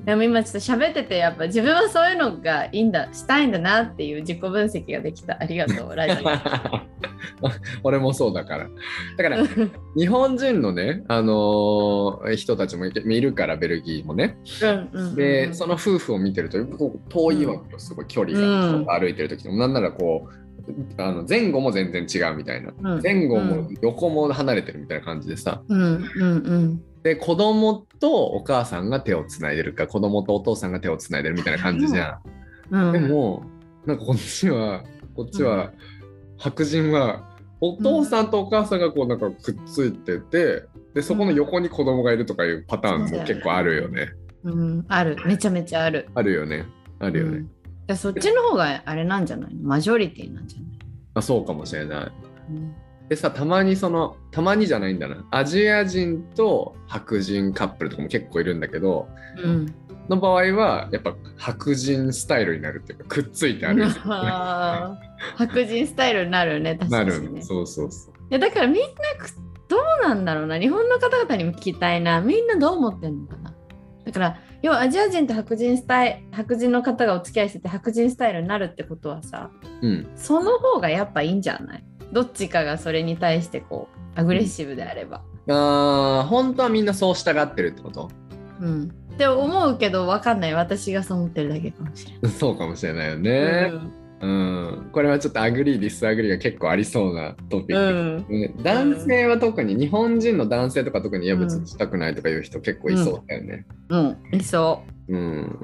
Speaker 2: でも今ちょっと喋っててやっぱ自分はそういうのがいいんだしたいんだなっていう自己分析ができた。ありがとうラジ
Speaker 1: オ。俺もそうだから。だから日本人のね、人たちもいるからベルギーもね。でその夫婦を見てると遠いわけよ、すごい距離が、歩いてる時もなんならこう前後も全然違うみたいな、前後も横も離れてるみたいな感じでさ、で子供とお母さんが手をつないでるか子供とお父さんが手をつないでるみたいな感じじゃん、でもなんかこっちは白人はお父さんとお母さんがこうなんかくっついてて、でそこの横に子供がいるとかいうパターンも結構あるよね。
Speaker 2: ある、めちゃめちゃある。
Speaker 1: あるよね。あるよね。
Speaker 2: そっちの方があれなんじゃないの？マジョリティなんじゃない？
Speaker 1: そうかもしれない。でさ、たまにじゃないんだな。アジア人と白人カップルとかも結構いるんだけど、の場合はやっぱ白人スタイルになるっていうかくっついてある。
Speaker 2: 白人スタイルになるね、確かにね。
Speaker 1: なる。そう。い
Speaker 2: やだからみんなどうなんだろうな。日本の方々にも聞きたいな。みんなどう思ってんのかな。だから要はアジア人と白人の方がお付き合いしてて白人スタイルになるってことはさ、その方がやっぱいいんじゃない？どっちかがそれに対してこうアグレッシブであれば、
Speaker 1: 本当はみんなそう従ってるってこと？
Speaker 2: って思うけど分かんない。私がそう思ってるだけかもしれない。
Speaker 1: そうかもしれないよね。これはちょっとアグリーディスアグリーが結構ありそうなトピック、男性は特に日本人の男性とか特にいや別にしたくないとかいう人結構いそうだよね。
Speaker 2: いそう。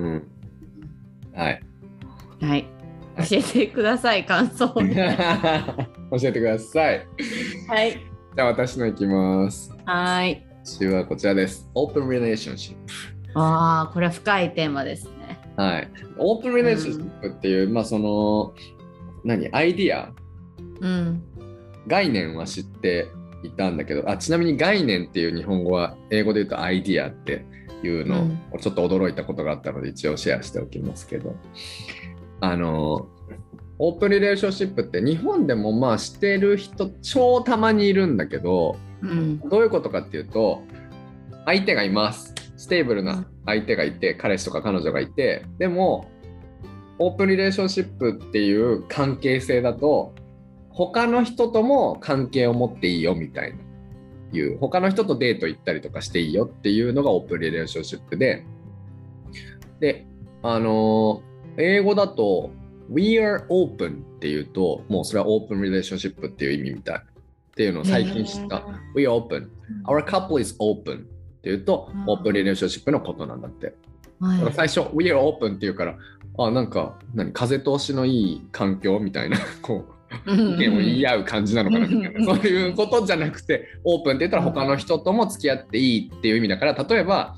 Speaker 1: はい
Speaker 2: 教えてください、感想を、ね、
Speaker 1: 教えてください。
Speaker 2: はい。
Speaker 1: じゃあ私のいきます。
Speaker 2: はい。
Speaker 1: 私はこちらです。オープンリレーションシップ。
Speaker 2: これは深いテーマですね。
Speaker 1: はい。オープンリレーションシップっていう、そのアイディア、概念は知っていたんだけど、ちなみに概念っていう日本語は英語で言うとアイディアっていうのをちょっと驚いたことがあったので一応シェアしておきますけど、オープンリレーションシップって日本でもしてる人超たまにいるんだけど、どういうことかっていうと、相手がいます。ステーブルな相手がいて、彼氏とか彼女がいて、でもオープンリレーションシップっていう関係性だと他の人とも関係を持っていいよみたいな、他の人とデート行ったりとかしていいよっていうのがオープンリレーションシップで、英語だと We are open っていうともうそれはオープンリレーションシップっていう意味みたいっていうのを最近知った。We are open. Our couple is open っていうとオープンリレーションシップのことなんだって。だから最初 We are open っていうからなんか風通しのいい環境みたいなこう意見を言い合う感じなのかなみたいなそういうことじゃなくて、オープンって言ったら他の人とも付き合っていいっていう意味だから、例えば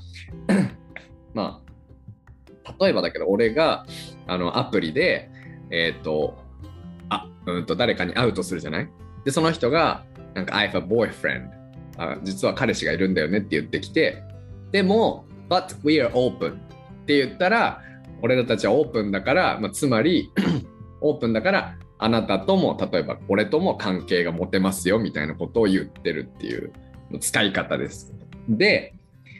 Speaker 1: 例えばだけど俺がアプリで誰かに会うとするじゃない。でその人がなんか I have a boyfriend、実は彼氏がいるんだよねって言ってきて、でも But we are open って言ったら、俺らたちはオープンだから、つまりオープンだからあなたとも例えば俺とも関係が持てますよみたいなことを言ってるっていう使い方です。で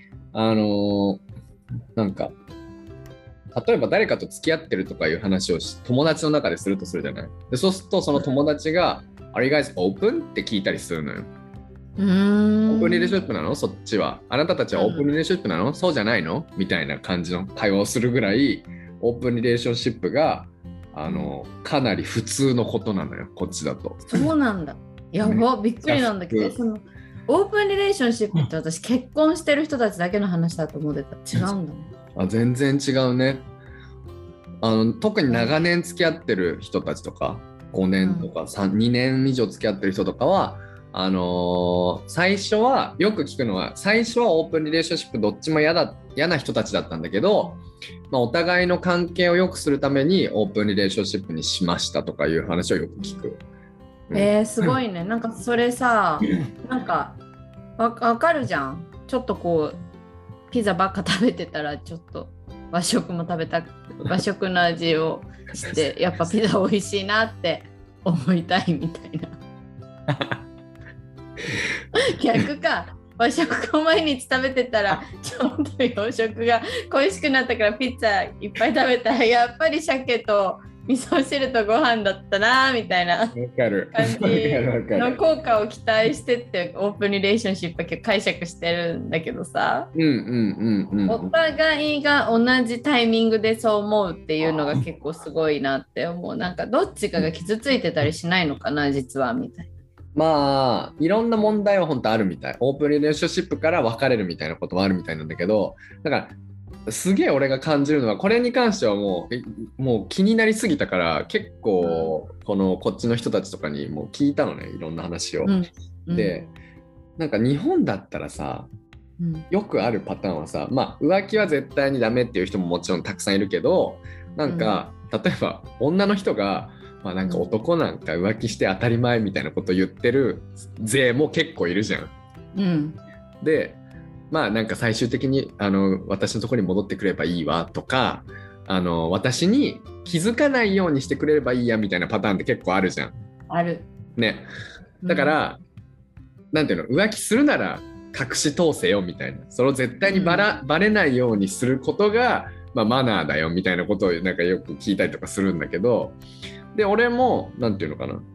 Speaker 1: なんか例えば誰かと付き合ってるとかいう話を友達の中でするとするじゃない。でそうするとその友達が Are you guys open? って聞いたりするのよ。オープンリレーションシップなの？そっちは。あなたたちはオープンリレーションシップなの？そうじゃないの？みたいな感じの会話をするぐらいオープンリレーションシップがかなり普通のことなのよ、こっちだと。
Speaker 2: そうなんだ。やば、びっくりなんだけど、そのオープンリレーションシップって私結婚してる人たちだけの話だと思ってた。違うんだね。
Speaker 1: 全然違うね。特に長年付き合ってる人たちとか5年とか2年以上付き合ってる人とかは最初はよく聞くのは、最初はオープンリレーションシップどっちも嫌な人たちだったんだけど、お互いの関係を良くするためにオープンリレーションシップにしましたとかいう話をよく聞く。
Speaker 2: すごいね。なんかそれさ、なんかわかるじゃん。ちょっとこうピザばっか食べてたらちょっと和食も和食の味をしてやっぱピザ美味しいなって思いたいみたいな。逆か。 和食を毎日食べてたらちょっと洋食が恋しくなったからピッツァいっぱい食べたらやっぱり鮭と味噌汁とご飯だったなみたいな感じの効果を期待してってオープンリレーションシップは解釈してるんだけどさ、お互いが同じタイミングでそう思うっていうのが結構すごいなって思う。なんかどっちかが傷ついてたりしないのかな実はみたいな。
Speaker 1: まあいろんな問題は本当あるみたい。オープンリレーションシップから別れるみたいなこともあるみたいなんだけど、だからすげえ俺が感じるのはこれに関してはもう気になりすぎたから結構こっちの人たちとかにも聞いたのね、いろんな話を。でなんか日本だったらさ、よくあるパターンはさ、まあ浮気は絶対にダメっていう人ももちろんたくさんいるけど、なんか例えば女の人がまあなんか男なんか浮気して当たり前みたいなこと言ってる勢も結構いるじゃん。でまあなんか最終的に私のところに戻ってくればいいわとか私に気づかないようにしてくれればいいやみたいなパターンって結構あるじゃん。
Speaker 2: ある
Speaker 1: ね。だから、なんていうの、浮気するなら隠し通せよみたいな、それを絶対にバレないようにすることが、まあ、マナーだよみたいなことをなんかよく聞いたりとかするんだけど、で俺もなんていうのかな、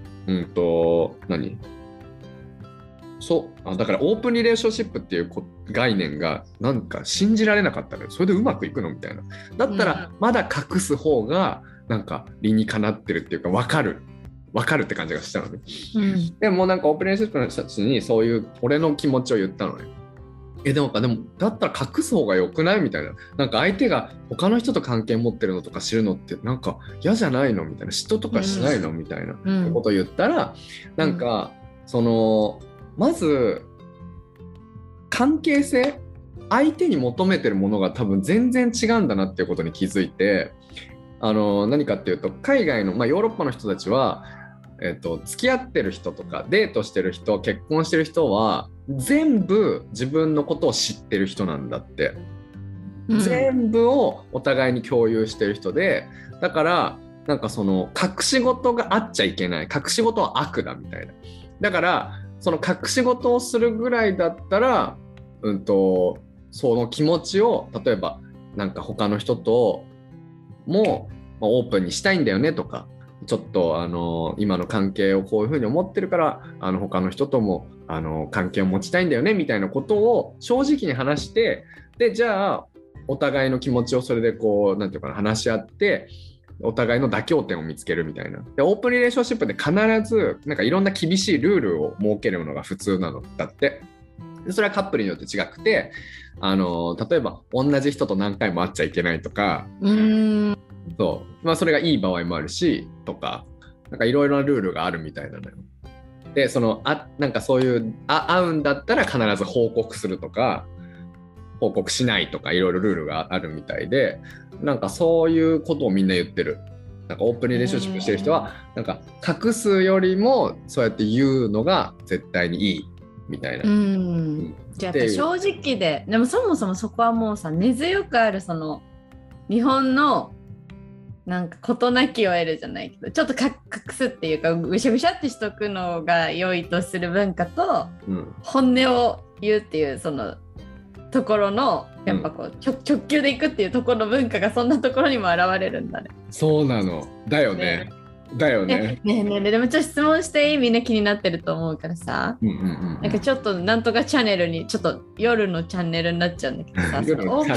Speaker 1: だからオープンリレーションシップっていう概念がなんか信じられなかったのよ。それでうまくいくのみたいな。だったらまだ隠す方がなんか理にかなってるっていうか分かるって感じがしたのね。でもなんかオープンリレーションシップの人たちにそういう俺の気持ちを言ったのね。でもだったら隠す方が良くないみたいな。なんか相手が他の人と関係持ってるのとか知るのってなんか嫌じゃないのみたいな、嫉妬とかしないのみたいなことを言ったら、なんかまず関係性、相手に求めてるものが多分全然違うんだなっていうことに気づいて、何かっていうと海外の、ヨーロッパの人たちは、付き合ってる人とかデートしてる人、結婚してる人は全部自分のことを知ってる人なんだって、全部をお互いに共有してる人で、だからなんか隠し事があっちゃいけない、隠し事は悪だみたいな。だからその隠し事をするぐらいだったら、その気持ちを例えばなんか他の人ともオープンにしたいんだよねとか、ちょっと今の関係をこういうふうに思ってるから他の人とも関係を持ちたいんだよねみたいなことを正直に話して、でじゃあお互いの気持ちをそれでこうなんていうかな、話し合ってお互いの妥協点を見つけるみたいな。でオープンリレーションシップで必ずなんかいろんな厳しいルールを設けるのが普通なのだって。でそれはカップルによって違くて、例えば同じ人と何回も会っちゃいけないとか、それがいい場合もあるしとか、なんかいろいろなルールがあるみたいなのよ。でなんかそういう会うんだったら必ず報告するとか報告しないとか、いろいろルールがあるみたいで、なんかそういうことをみんな言ってる。なんかオープンリレーションシップしてる人はなんか隠すよりもそうやって言うのが絶対にいいみたいな。
Speaker 2: じゃあやっぱ正直でもそもそもそこはもうさ、根強くある日本のなんか事なきを得るじゃないけど、ちょっと隠すっていうかぐしゃぐしゃってしとくのが良いとする文化と、本音を言うっていうところのやっぱこう、直球でいくっていうところの文化がそんなところにも現れるんだね。
Speaker 1: そうなのだよね。だよね。
Speaker 2: でもちょっと質問していい？みんな気になってると思うからさ、なんかちょっとなんとかチャンネルにちょっと夜のチャンネルになっちゃうんだけどさ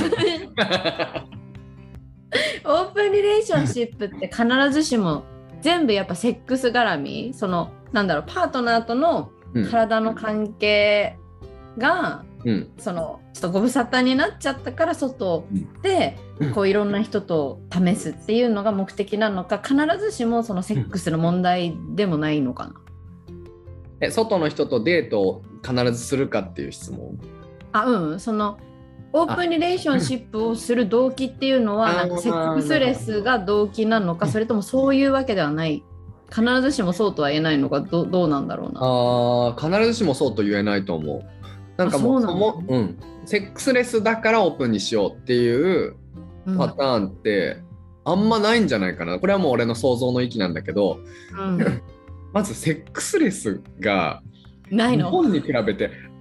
Speaker 2: オープンリレーションシップって必ずしも全部やっぱセックス絡み、なんだろう、パートナーとの体の関係が、ちょっとご無沙汰になっちゃったから外でこういろんな人と試すっていうのが目的なのか、必ずしもセックスの問題でもないのかな。
Speaker 1: 外の人とデートを必ずするかっていう質問。
Speaker 2: オープンリレーションシップをする動機っていうのはなんかセックスレスが動機なのか、それともそういうわけではない、必ずしもそうとは言えないのか、どうなんだろうな。
Speaker 1: 必ずしもそうと言えないと思う。なんかもうセックスレスだからオープンにしようっていうパターンってあんまないんじゃないかな。これはもう俺の想像の域なんだけど、まずセックスレスが日本に比べてあっ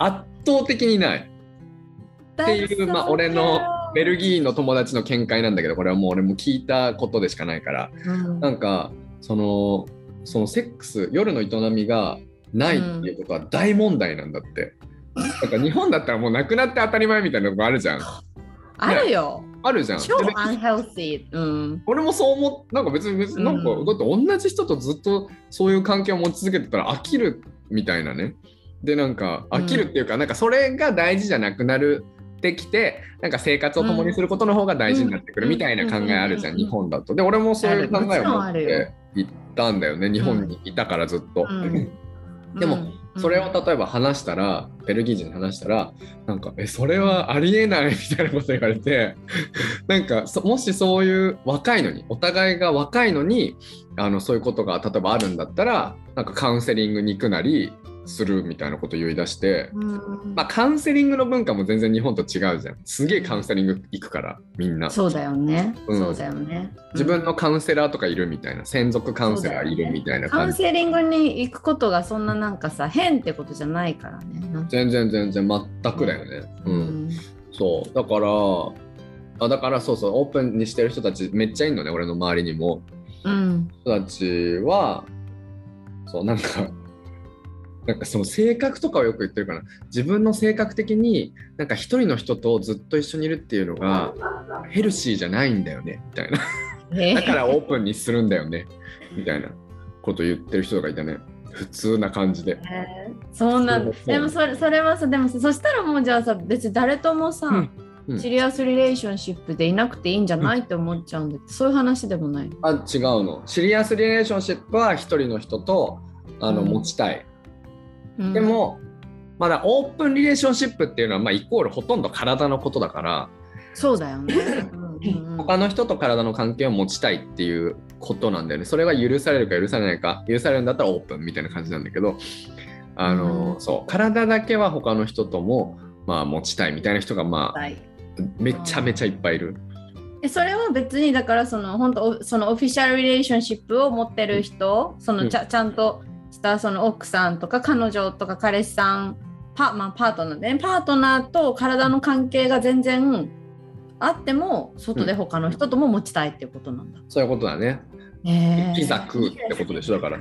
Speaker 1: 倒的にないっていう、俺のベルギーの友達の見解なんだけど、これはもう俺も聞いたことでしかないから、なんかそのセックス、夜の営みがないっていうことは大問題なんだって。なんか日本だったらもうなくなって当たり前みたいなとこあるじゃん。
Speaker 2: あるよ。
Speaker 1: あるじゃん。
Speaker 2: 超unhealthy。
Speaker 1: 俺もそう思っ、なんか別になんか、だって同じ人とずっとそういう関係を持ち続けてたら飽きるみたいなね。でなんか飽きるっていうか、なんかそれが大事じゃなくなるってきて、なんか生活を共にすることの方が大事になってくるみたいな考えあるじゃん、日本だと。で俺もそういう考えを持って行ったんだよね、日本にいたからずっと。でもそれを例えば話したら、ベルギー人に話したら、なんかそれはありえないみたいなこと言われてなんかもしそういう若いのに、お互いが若いのにそういうことが例えばあるんだったら、なんかカウンセリングに行くなりするみたいなことを言い出して、カウンセリングの文化も全然日本と違うじゃん。すげえカウンセリング行くからみんな。
Speaker 2: そうだよね、そうだよね。
Speaker 1: 自分のカウンセラーとかいるみたいな、専属カウンセラーいるみたいな
Speaker 2: 感じ。カウンセリングに行くことがそんななんかさ変ってことじゃないからね。
Speaker 1: 全然全くだよね。そうだからそうオープンにしてる人たちめっちゃいるのね、俺の周りにも。人たちはそうなんかその性格とかをよく言ってるから、自分の性格的になんか一人の人とずっと一緒にいるっていうのがヘルシーじゃないんだよねみたいな、だからオープンにするんだよねみたいなこと言ってる人がいたね、普通な感じで。
Speaker 2: そうなんだ。でもそれはさ、でもさ、そしたらもうじゃあさ、別に誰ともさ、シリアスリレーションシップでいなくていいんじゃないって思っちゃうんだけど、そういう話でもない。
Speaker 1: 違うの。シリアスリレーションシップは一人の人と持ちたい。でもまだオープンリレーションシップっていうのはイコールほとんど体のことだから、
Speaker 2: そうだよね
Speaker 1: 他の人と体の関係を持ちたいっていうことなんだよね。それが許されるか許されないか、許されるんだったらオープンみたいな感じなんだけど、そう体だけは他の人とも持ちたいみたいな人がめちゃめちゃいっぱいいる。
Speaker 2: それは別にだから本当そのオフィシャルリレーションシップを持ってる人、ちゃんとしたその奥さんとか彼女とか彼氏さん、パートナーでね、パートナーと体の関係が全然あっても外で他の人とも持ちたいっていうことなんだ。
Speaker 1: そういうことだね。ピザ食うってことでしょ、だから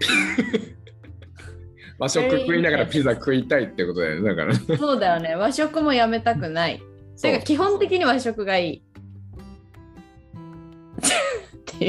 Speaker 1: 和食食いながらピザ食いたいってことだよね、だから
Speaker 2: そうだよね、和食もやめたくない。てか基本的に和食がいいって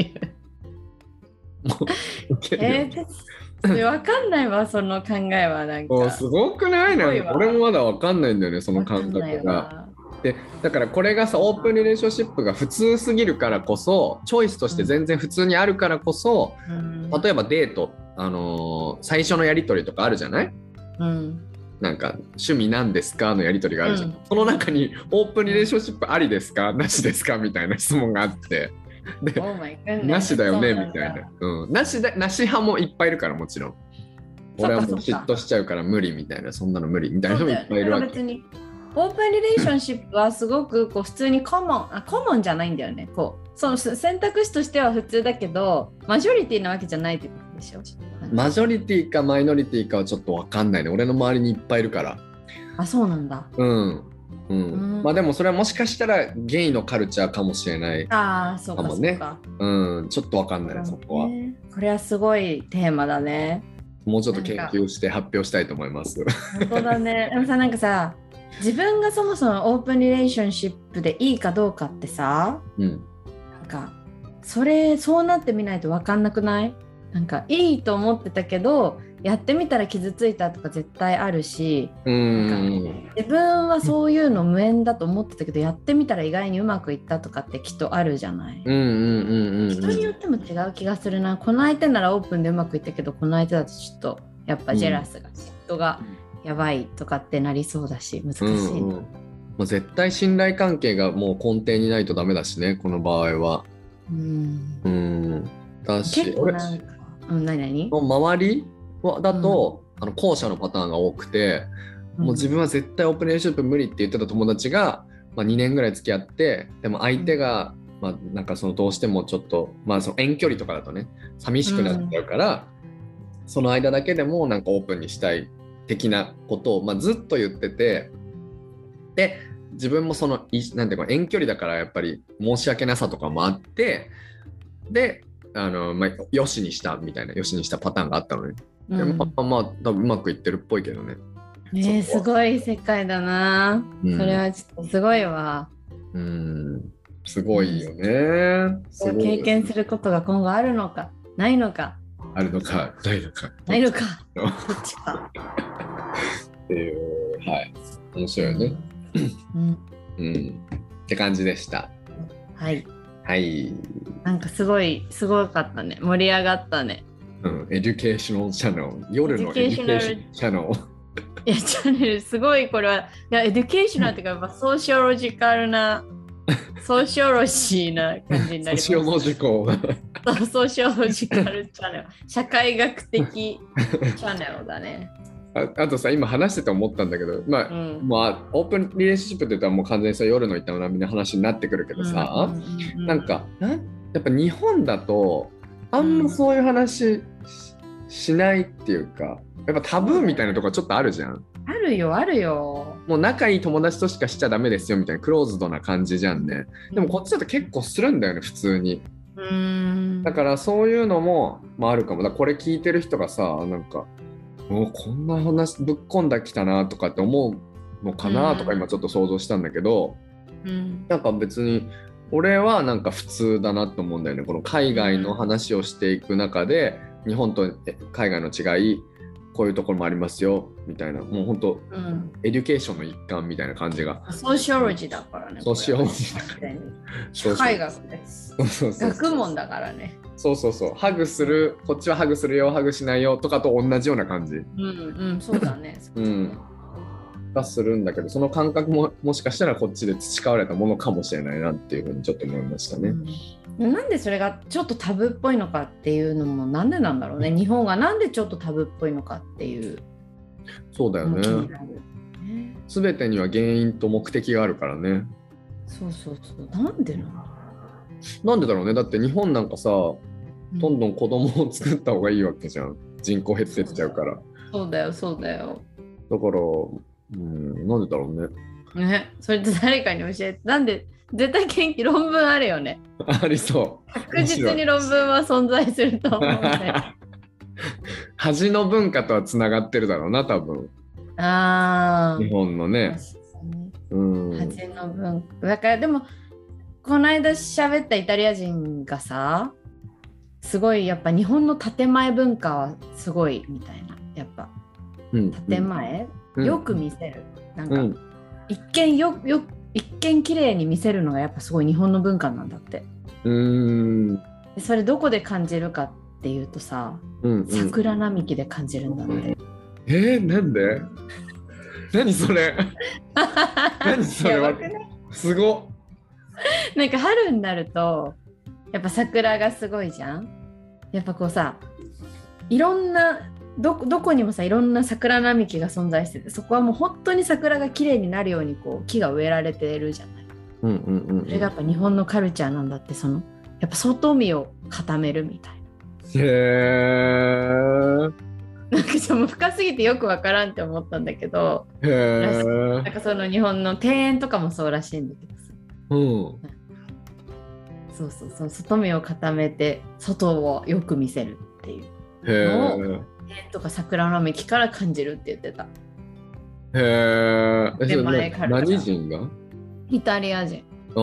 Speaker 2: いう分かんないわ、その考えは。なんか
Speaker 1: すごくない？なんか俺もまだ分かんないんだよね、その感覚が。でだからこれがさ、オープンリレーションシップが普通すぎるからこそ、チョイスとして全然普通にあるからこそ、例えばデート、最初のやり取りとかあるじゃない？なんか趣味なんですかのやり取りがあるじゃん。その中にオープンリレーションシップありですかなしですかみたいな質問があって、でなしだよねみたいな、なし派もいっぱいいるから、もちろん俺はもう嫉妬しちゃうから無理みたいな、そんなの無理みたいな人もいっぱいいるわけ。
Speaker 2: オープンリレーションシップはすごく普通にコモンじゃないんだよね。その選択肢としては普通だけどマジョリティなわけじゃないってことでしょ。
Speaker 1: マジョリティかマイノリティかはちょっと分かんないね、俺の周りにいっぱいいるから。
Speaker 2: あ、そうなんだ。
Speaker 1: でもそれはもしかしたらゲイのカルチャーかもしれないかもね。ちょっと分かんない、そこは。
Speaker 2: これはすごいテーマだね。
Speaker 1: もうちょっと研究して発表したいと思います。
Speaker 2: 本当だね。でもさ、なんかさ、自分がそもそもオープンリレーションシップでいいかどうかってさ、なんかそうなってみないと分かんなくない？なんかいいと思ってたけどやってみたら傷ついたとか絶対あるし、なんか自分はそういうの無縁だと思ってたけどやってみたら意外にうまくいったとかってきっとあるじゃない。人によっても違う気がするな。この相手ならオープンでうまくいったけどこの相手だとちょっとやっぱジェラスが、嫉妬がやばいとかってなりそうだし難しいな。
Speaker 1: もう絶対信頼関係がもう根底にないとダメだしね、この場合は。だし俺
Speaker 2: 何
Speaker 1: の周りだと、後者のパターンが多くて、もう自分は絶対オープンリレーションシップ無理って言ってた友達が、2年ぐらい付き合って、でも相手が、なんかどうしてもちょっと、その遠距離とかだとね寂しくなっちゃうから、その間だけでもなんかオープンにしたい的なことを、まあ、ずっと言ってて、で自分もそのなんていうか遠距離だからやっぱり申し訳なさとかもあって、でまあ、よしにしたみたいな、よしにしたパターンがあったのね。でまあまあ多分うまくいってるっぽいけどね。
Speaker 2: すごい世界だな、それはちょっとすごいわ。
Speaker 1: すごいよね。
Speaker 2: 経験することが今後あるのかないのか。
Speaker 1: あるのかないのか。
Speaker 2: ないのか。どっちか。
Speaker 1: っていう、はい。面白いよね。って感じでした。
Speaker 2: はい。
Speaker 1: はい。
Speaker 2: なんかすごかったね。盛り上がったね。
Speaker 1: エデュケーショナルチャンネル。夜のエデュケーショナルチャンネル。
Speaker 2: いや、チャンネルすごいこれは。いや、エデュケーショナルっていうか、ソーシオロジカルな、ソーシオロジーな感じになります。
Speaker 1: ソーシオロジカル。
Speaker 2: ソーシオロジカルチャンネル。社会学的チャンネルだね。
Speaker 1: あとさ、今話してて思ったんだけど、まあオープンリレーションシップって言ったらもう完全にさ、夜の営みの話になってくるけどさ、なんかやっぱ日本だとあんまそういう話しないっていうか、やっぱタブーみたいなとこちょっとあるじゃん。
Speaker 2: あるよあるよ。
Speaker 1: もう仲いい友達としかしちゃダメですよみたいなクローズドな感じじゃんね。でもこっちだと結構するんだよね、普通に。だからそういうのも、あるかも。だからこれ聞いてる人がさ、なんかもうこんな話ぶっこんだきたなとかって思うのかなとか今ちょっと想像したんだけど、なんか別に俺はなんか普通だなと思うんだよね。この海外の話をしていく中で、日本と海外の違い、こういうところもありますよみたいな、もう本当、エデュケーションの一環みたいな感じが。
Speaker 2: ソーシオロジーだからね。
Speaker 1: ソーシオロジーだから。
Speaker 2: 社会学です。学問だからね。
Speaker 1: そうハグする、こっちはハグするよ、ハグしないよとかと同じような感じ。
Speaker 2: そうだね。
Speaker 1: がするんだけど、その感覚ももしかしたらこっちで培われたものかもしれないなっていうふうにちょっと思いましたね。
Speaker 2: なんでそれがちょっとタブーっぽいのかっていうのもなんでなんだろうね。日本がなんでちょっとタブーっぽいのかっていう。
Speaker 1: そうだよね。全てには原因と目的があるからね。
Speaker 2: なんでなの？
Speaker 1: なんでだろうね。だって日本なんかさ、どんどん子供を作った方がいいわけじゃん。人口減ってっちゃうから。
Speaker 2: そうだよ。
Speaker 1: だから、なんでだろう
Speaker 2: ね。それって誰かに教えて、なんで絶対研究論文あるよね。
Speaker 1: ありそう。
Speaker 2: 確実に論文は存在すると思うね。
Speaker 1: 恥の文化とはつながってるだろうな、多分。日本のね。
Speaker 2: 恥の文化。だからでも、この間喋ったイタリア人がさ、すごいやっぱ日本の建前文化はすごいみたいな。やっぱ、建前、よく見せる。なんか、一見綺麗に見せるのがやっぱすごい日本の文化なんだって。でそれどこで感じるかっていうとさ、桜並木で感じるんだって。
Speaker 1: なんで？何それ？何それは？すごっ。
Speaker 2: なんか春になるとやっぱ桜がすごいじゃん。やっぱこうさ、いろんなどこにもさ、いろんな桜並木が存在してて、そこはもう本当に桜が綺麗になるようにこう木が植えられてるじゃない。それがやっぱ日本のカルチャーなんだって。そのやっぱ外見を固めるみたいな。なんかちょっと深すぎてよくわからんって思ったんだけど、なんかその日本の庭園とかもそうらしいんだけどさ、そう外見を固めて外をよく見せるっていうのを庭園とか桜並木から感じるって言ってた。
Speaker 1: 何人が？
Speaker 2: イタリア人。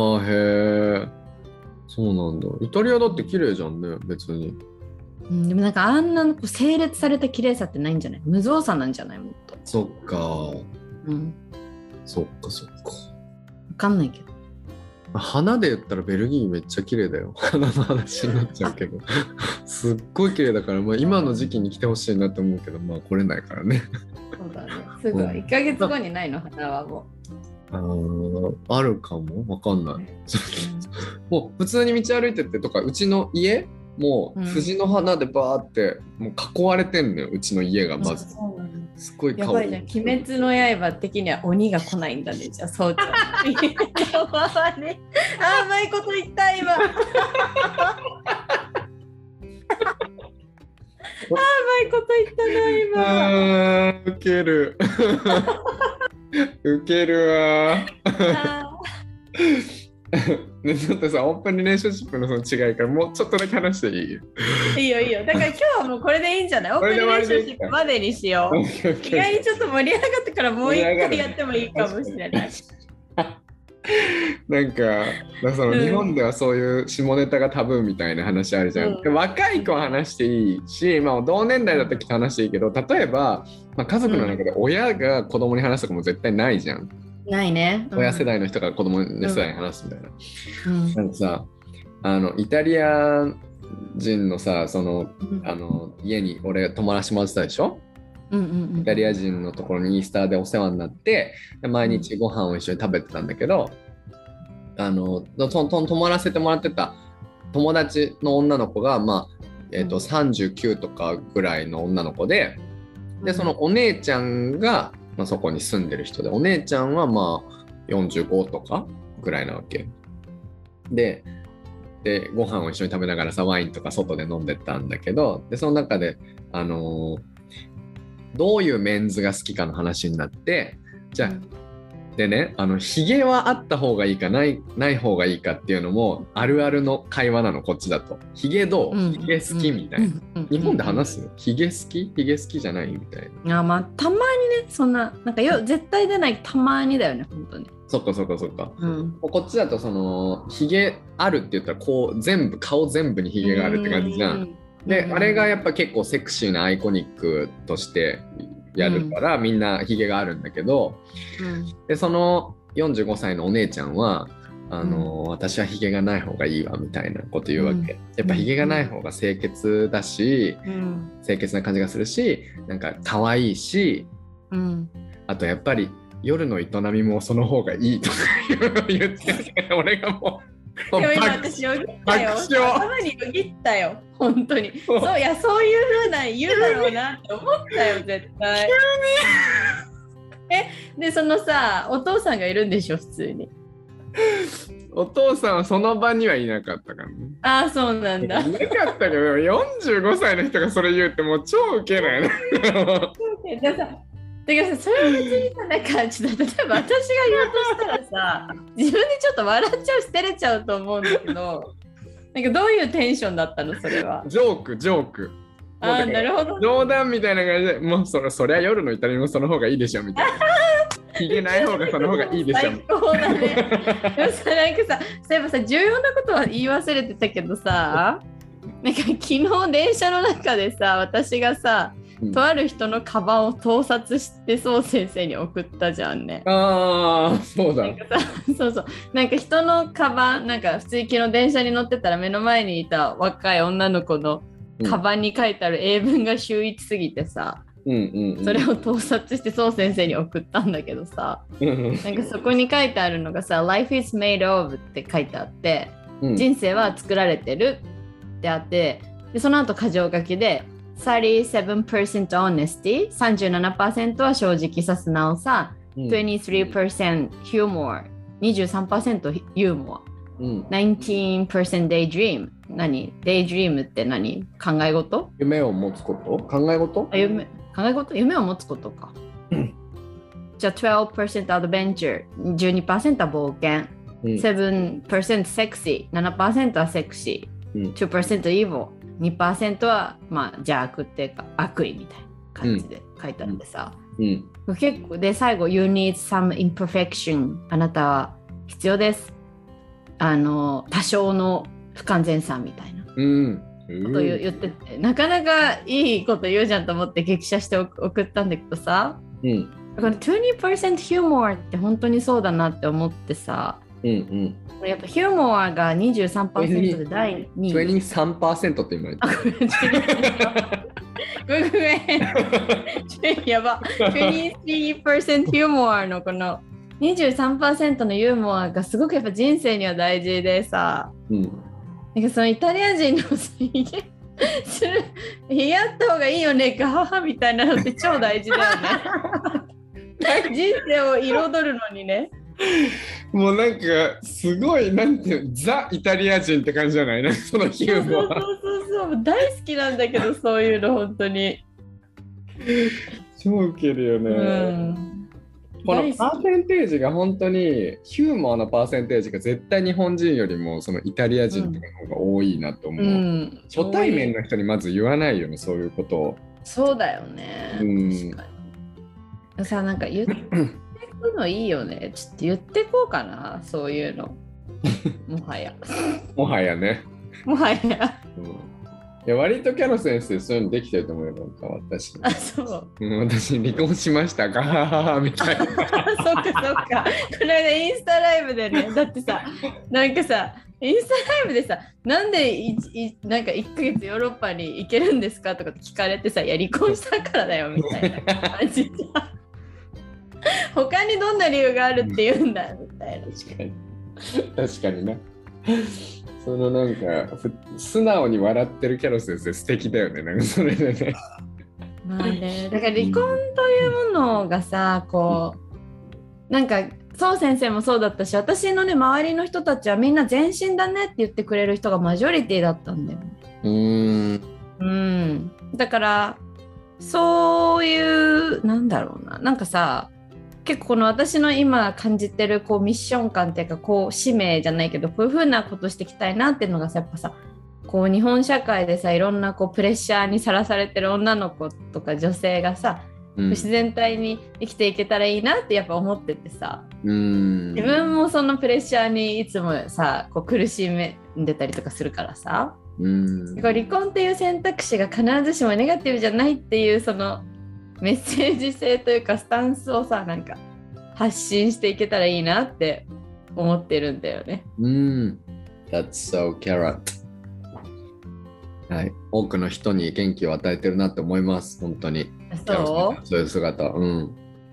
Speaker 1: そうなんだ。イタリアだって綺麗じゃんね、別に。
Speaker 2: でもなんかあんな整列された綺麗さってないんじゃない？無造作なんじゃない？もっと。
Speaker 1: そっか。そっか。
Speaker 2: 分かんないけど。
Speaker 1: 花で言ったらベルギーめっちゃ綺麗だよ。花の話になっちゃうけど。すっごい綺麗だから、今の時期に来てほしいなと思うけど、来れないからね。
Speaker 2: そうだね。すごい。1ヶ月後にないの、花はも
Speaker 1: う。あるかもわかんない。もう普通に道歩いてってとか、うちの家もう藤の花でバーってもう囲われてんのよ、うちの家がまず。すっごい
Speaker 2: やばいじゃん。鬼滅の刃的には鬼が来ないんだね。じゃあそうちゃん。やばいね。うまいこと言った今。 いこと言ったな
Speaker 1: 今。ウケる。ウケるわ。ね、ちょっとさ、オープンリレーションシップのその違いからもうちょっとだけ話していい？
Speaker 2: いいよいいよ。だから今日はもうこれでいいんじゃない？オープンリレーションシップまでにしよう。意外にちょっと盛り上がってからもう一回やってもいいかもしれない。
Speaker 1: なんかその日本ではそういう下ネタがタブーみたいな話あるじゃん。若い子は話していいし、まあ、同年代だったら話していいけど、例えば、まあ、家族の中で親が子供に話すとかも絶対ないじゃん。
Speaker 2: ないね。
Speaker 1: 親世代の人が子供の世代に話すみたいな。なんかさ、イタリア人のさ、その、家に俺泊まらせてもらってたでしょ。イタリア人のところにイースターでお世話になって、毎日ご飯を一緒に食べてたんだけど、泊まらせてもらってた友達の女の子が、まあ39とかぐらいの女の子で、そのお姉ちゃんが、まあ、そこに住んでる人で、お姉ちゃんはまあ45とかぐらいなわけで、ご飯を一緒に食べながらさ、ワインとか外で飲んでたんだけど、その中でどういうメンズが好きかの話になって、じゃあ、でね、ヒゲはあった方がいいかない方がいいかっていうのもあるあるの会話なの、こっちだと。ヒゲどう？ヒゲ好きみたいな。日本で話す？ヒゲ好き？ヒゲ好きじゃないみたいな。
Speaker 2: まあたまにね、そんななんか絶対出ないたまにだよね、本当に。
Speaker 1: そっか。こっちだとそのヒゲあるって言ったらこう全部顔全部にヒゲがあるって感じじゃん。で、あれがやっぱ結構セクシーなアイコニックとしてやるから、みんなヒゲがあるんだけど、でその45歳のお姉ちゃんは私はヒゲがない方がいいわみたいなこと言うわけ。やっぱヒゲがない方が清潔だし、清潔な感じがするし、なんか可愛いし、あとやっぱり夜の営みもその方がいいとか言ってて、俺がもう。
Speaker 2: でも今私よぎったよ。頭によぎったよ。本当に。そういう風な言うだろうなって思ったよ、絶対。で、そのさ、お父さんがいるんでしょ、普通に。
Speaker 1: お父さんはその場にはいなかったからね。
Speaker 2: ああ、そうなんだ。
Speaker 1: いなかったけど、45歳の人がそれ言うってもう超ウケないな。
Speaker 2: だからさ、それは別にさ、なんかちょっと例えば私が言おうとしたらさ、自分でちょっと笑っちゃう、捨てれちゃうと思うんだけど、なんかどういうテンションだったの、それは。
Speaker 1: ジョーク。
Speaker 2: あ、なるほど。
Speaker 1: 冗談みたいな感じで、もうそりゃ夜の営みもその方がいいでしょみたいな。ひげない方がその方がいいでしょ。
Speaker 2: 最高だね。でもさ、なんかさ、そういえばさ、重要なことは言い忘れてたけどさ、なんか昨日電車の中でさ、私がさ、とある人のカバンを盗撮してそう先生に送ったじゃんね。
Speaker 1: ああ、そうだ。
Speaker 2: なんかさ、そうなんか人のカバン、なんか普通に昨日電車に乗ってたら目の前にいた若い女の子のカバンに書いてある英文が秀逸すぎてさ、それを盗撮してそう先生に送ったんだけどさ、なんかそこに書いてあるのがさ Life is made of って書いてあって、人生は作られてるってあって、でその後箇条書きで37% honesty、 37% は正直さ素直さ、23% humor、 23% ユーモア、19% daydream。 何？ daydream って何？考え事？
Speaker 1: 夢を持つこと？考え事？
Speaker 2: 夢を持つことか。じゃあ 12% adventure、 12% は冒険、7% sexy、 7% はセクシー、2% evil、 2% はまあ邪悪っていうか悪意みたいな感じで書いてあってさ、結構で最後 You need some imperfection、 あなたは必要です、多少の不完全さみたいなことを言ってて、なかなかいいこと言うじゃんと思って激写して送ったんだけどさ、この 20% ヒューモアって本当にそうだなって思ってさ、やっぱヒューモアが 23% で第2位。
Speaker 1: 23% って今言った。
Speaker 2: ごめん。やば。23% ヒューモアのこの 23% のユーモアがすごくやっぱ人生には大事でさ、なんかそのイタリア人のひげあった方がいいよね、ガハハみたいなのって超大事だよね。人生を彩るのにね。
Speaker 1: もうなんかすごいなんていうザ・イタリア人って感じじゃない？なんかそのヒューモア。
Speaker 2: そう大好きなんだけどそういうの本当に
Speaker 1: 超ウケるよね、うん、このパーセンテージが本当にヒューモアのパーセンテージが絶対日本人よりもそのイタリア人とかの方が多いなと思う、うん、初対面の人にまず言わないよねそういうことを。
Speaker 2: そうだよね、うん、確かにさなんか言ってくのいいよね。ちょっと言ってこうかなそういうのもはや
Speaker 1: もはやね
Speaker 2: もはや、
Speaker 1: うん、いや割とキャロ先生そういうのできてると思うよ。なんか私
Speaker 2: あそう、
Speaker 1: うん、私離婚しましたがみたいなそっか
Speaker 2: そっかこの間インスタライブでねだってさなんかさインスタライブでさなんでなんか1ヶ月ヨーロッパに行けるんですかとか聞かれてさいや離婚したからだよみたいな感じ他にどんな理由があるって言うんだみたいな。
Speaker 1: 確かにな。そのなんか素直に笑ってるキャロ先生素敵だよね。なんかそれでね。
Speaker 2: まあね、だから離婚というものがさこうなんかそう先生もそうだったし私のね周りの人たちはみんな全身だねって言ってくれる人がマジョリティだったんだよね。うん、だからそういうなんだろうななんかさ結構この私の今感じてるこうミッション感っていうかこう使命じゃないけどこういう風なことしていきたいなっていうのがさやっぱさこう日本社会でさいろんなこうプレッシャーにさらされてる女の子とか女性がさ、自然体に生きていけたらいいなってやっぱ思っててさ、自分もそのプレッシャーにいつもさこう苦しんでたりとかするからさ、離婚っていう選択肢が必ずしもネガティブじゃないっていうそのメッセージ性というかスタンスをさなんか発信していけたらいいなって思ってるんだよね。
Speaker 1: That's so carrot。はい、多くの人に元気を与えてるなって思います本当に。そういう姿、うん。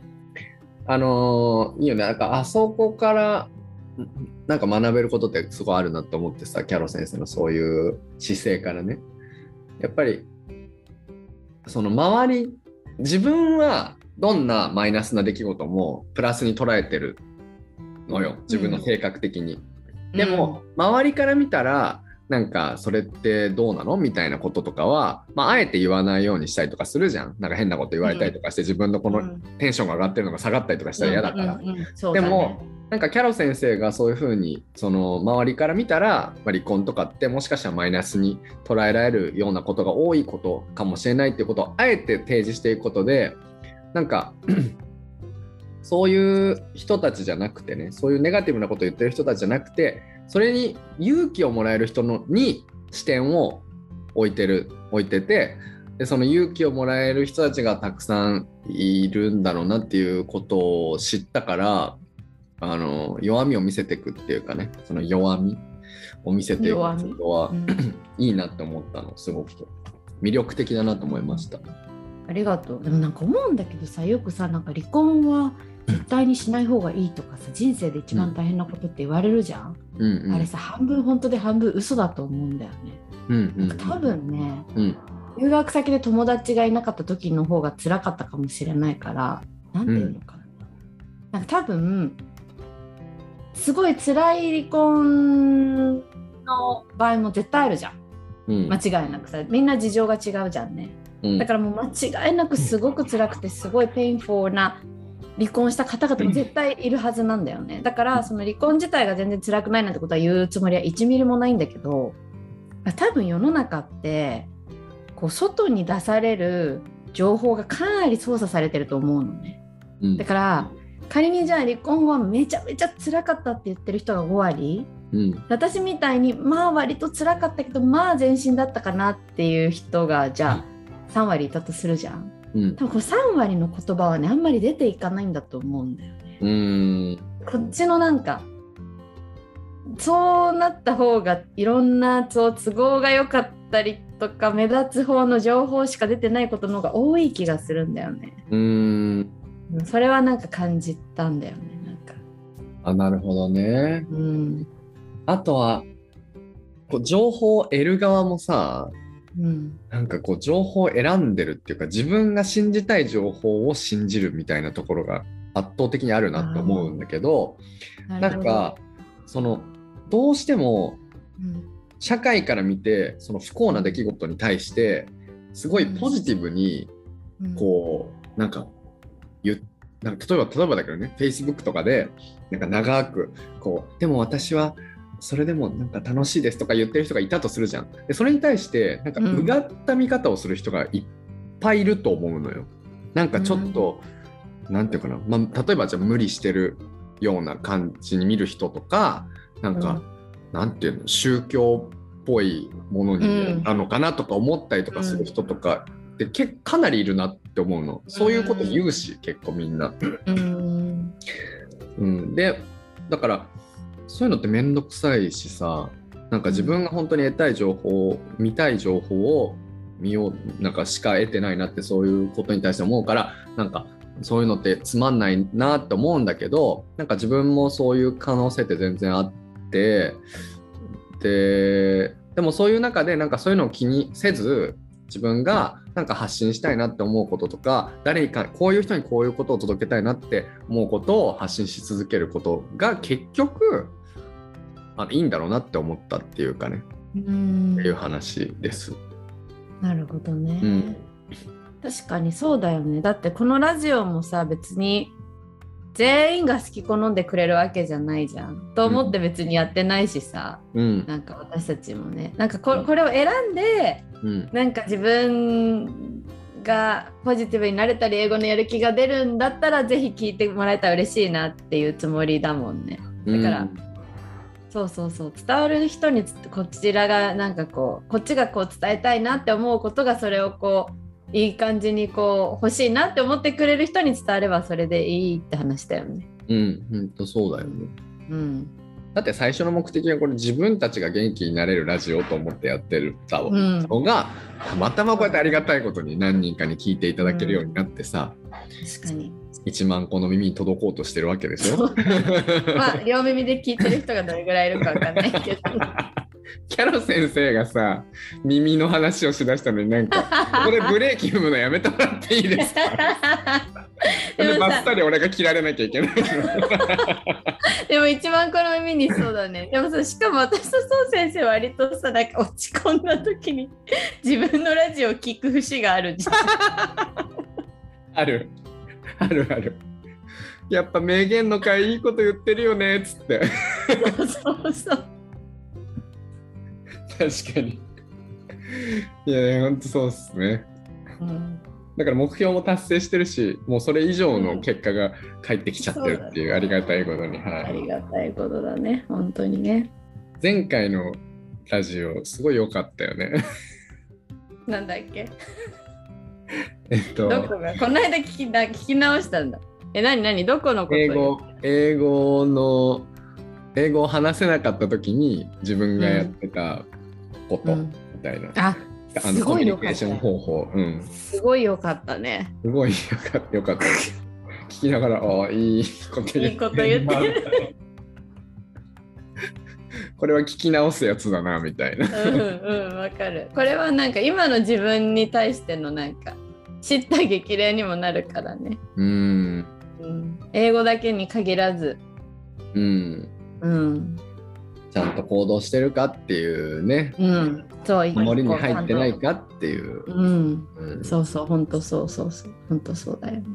Speaker 1: いいよね。なんかあそこからなんか学べることってすごいあるなと思ってさ、キャロ先生のそういう姿勢からね。やっぱりその周り自分はどんなマイナスな出来事もプラスに捉えてるのよ自分の性格的に、でも、周りから見たらなんかそれってどうなのみたいなこととかは、あえて言わないようにしたりとかするじゃん。なんか変なこと言われたりとかして、自分のこのテンションが上がってるのが下がったりとかしたら嫌だから、でもなんかキャロ先生がそういう風にその周りから見たら、離婚とかってもしかしたらマイナスに捉えられるようなことが多いことかもしれないっていうことをあえて提示していくことでなんかそういう人たちじゃなくてね、そういうネガティブなことを言ってる人たちじゃなくて、それに勇気をもらえる人に視点を置いてて、でその勇気をもらえる人たちがたくさんいるんだろうなっていうことを知ったから、弱みを見せていくっていうかね、その弱みを見せていくことは、いいなって思ったの。すごく魅力的だなと思いました。
Speaker 2: ありがとう。でもなんか思うんだけどさ、よくさなんか離婚は絶対にしない方がいいとかさ、人生で一番大変なことって言われるじゃん、あれさ半分本当で半分嘘だと思うんだよね、なんか多分ね、留学先で友達がいなかった時の方が辛かったかもしれないから、なんていうのかな、なんか多分すごい辛い離婚の場合も絶対あるじゃん、間違いなくさ、みんな事情が違うじゃんね、だからもう間違いなくすごく辛くてすごいペインフォーな離婚した方々も絶対いるはずなんだよね。だからその離婚自体が全然辛くないなんてことは言うつもりは1ミリもないんだけど、多分世の中ってこう外に出される情報がかなり操作されてると思うのね、だから仮にじゃあ離婚後はめちゃめちゃ辛かったって言ってる人が5割、私みたいに割と辛かったけど全身だったかなっていう人がじゃあ3割いたとするじゃん、多分この3割の言葉はねあんまり出ていかないんだと思うんだよね。こっちのなんかそうなった方がいろんな都合が良かったりとか目立つ方の情報しか出てないことの方が多い気がするんだよね。それはなんか感じたんだよね。なんか
Speaker 1: なるほどね、あとはこう情報を得る側もさ、なんかこう情報を選んでるっていうか自分が信じたい情報を信じるみたいなところが圧倒的にあるなって思うんだけど、なんかどうしても社会から見てその不幸な出来事に対してすごいポジティブにこうなんか例えばだけどね、 Facebook とかでなんか長くこうでも私はそれでもなんか楽しいですとか言ってる人がいたとするじゃん。でそれに対してなんかうがった見方をする人がいっぱいいると思うのよ。なんかちょっと、なんていうかな、例えばじゃあ無理してるような感じに見る人とか、なんか、なんていうの、宗教っぽいものになのかなとか思ったりとかする人とかってかなりいるなって思うの。そういうこと言うし、結構みんな。でだからそういうのってめんどくさいしさ、なんか自分が本当に得たい情報、見たい情報を見ようなんかしか得てないなって、そういうことに対して思うから、なんかそういうのってつまんないなって思うんだけど、なんか自分もそういう可能性って全然あって、でもそういう中でなんかそういうのを気にせず、自分がなんか発信したいなって思うこととか、誰かこういう人にこういうことを届けたいなって思うことを発信し続けることが結局いいんだろうなって思ったっていうかね、っていう話です。
Speaker 2: なるほどね、確かにそうだよね。だってこのラジオもさ、別に全員が好き好んでくれるわけじゃないじゃんと思って別にやってないしさ、なんか私たちもね、なんかこれを選んで、なんか自分がポジティブになれたり英語のやる気が出るんだったらぜひ聞いてもらえたら嬉しいなっていうつもりだもんね。だから、そう伝わる人にこちらがなんかこっちがこう伝えたいなって思うことが、それをこういい感じにこう欲しいなって思ってくれる人に伝わればそれでいいって話だよね。
Speaker 1: そうだよね。だって最初の目的はこれ、自分たちが元気になれるラジオと思ってやってるのが、たまたまこうやってありがたいことに何人かに聞いていただけるようになってさ、
Speaker 2: 確かに
Speaker 1: 1万個の耳に届こうとしてるわけでしょ。
Speaker 2: 両耳で聞いてる人がどれぐらいいるか分かんないけど
Speaker 1: キャロ先生がさ、耳の話をしだしたのに、なんかここでブレーキ踏むのやめてもらっていいですかでばっさり俺が切られなきゃいけない
Speaker 2: でも1万個の耳に、そうだね。でもさ、しかも私とそう先生割とさ、なんか落ち込んだ時に自分のラジオを聞く節があるじゃん
Speaker 1: あるやっぱ名言の会いいこと言ってるよねっつって
Speaker 2: そう
Speaker 1: 確かに。いやほんとそうっすね、だから目標も達成してるし、もうそれ以上の結果が返ってきちゃってるっていう、ありがたいことに、
Speaker 2: ありがたいことだね、本当にね。
Speaker 1: 前回のラジオすごい良かったよね
Speaker 2: なんだっけどこがこの間聞き直したんだ。何どこのこと？
Speaker 1: 英語を話せなかった時に自分がやってたことみたいな、
Speaker 2: すごいよかった。コミュニケー
Speaker 1: ション方法、
Speaker 2: すごいよかったね。
Speaker 1: すごいよかった聞きながら、いいこと言ってるこれは聞き直すやつだなみたいな。
Speaker 2: わかる。これはなんか今の自分に対してのなんか知った激励にもなるからね。英語だけに限らず、
Speaker 1: ちゃんと行動してるかっていうね、守りに入ってないかっていう、そう
Speaker 2: 本当そう本当そうだよね。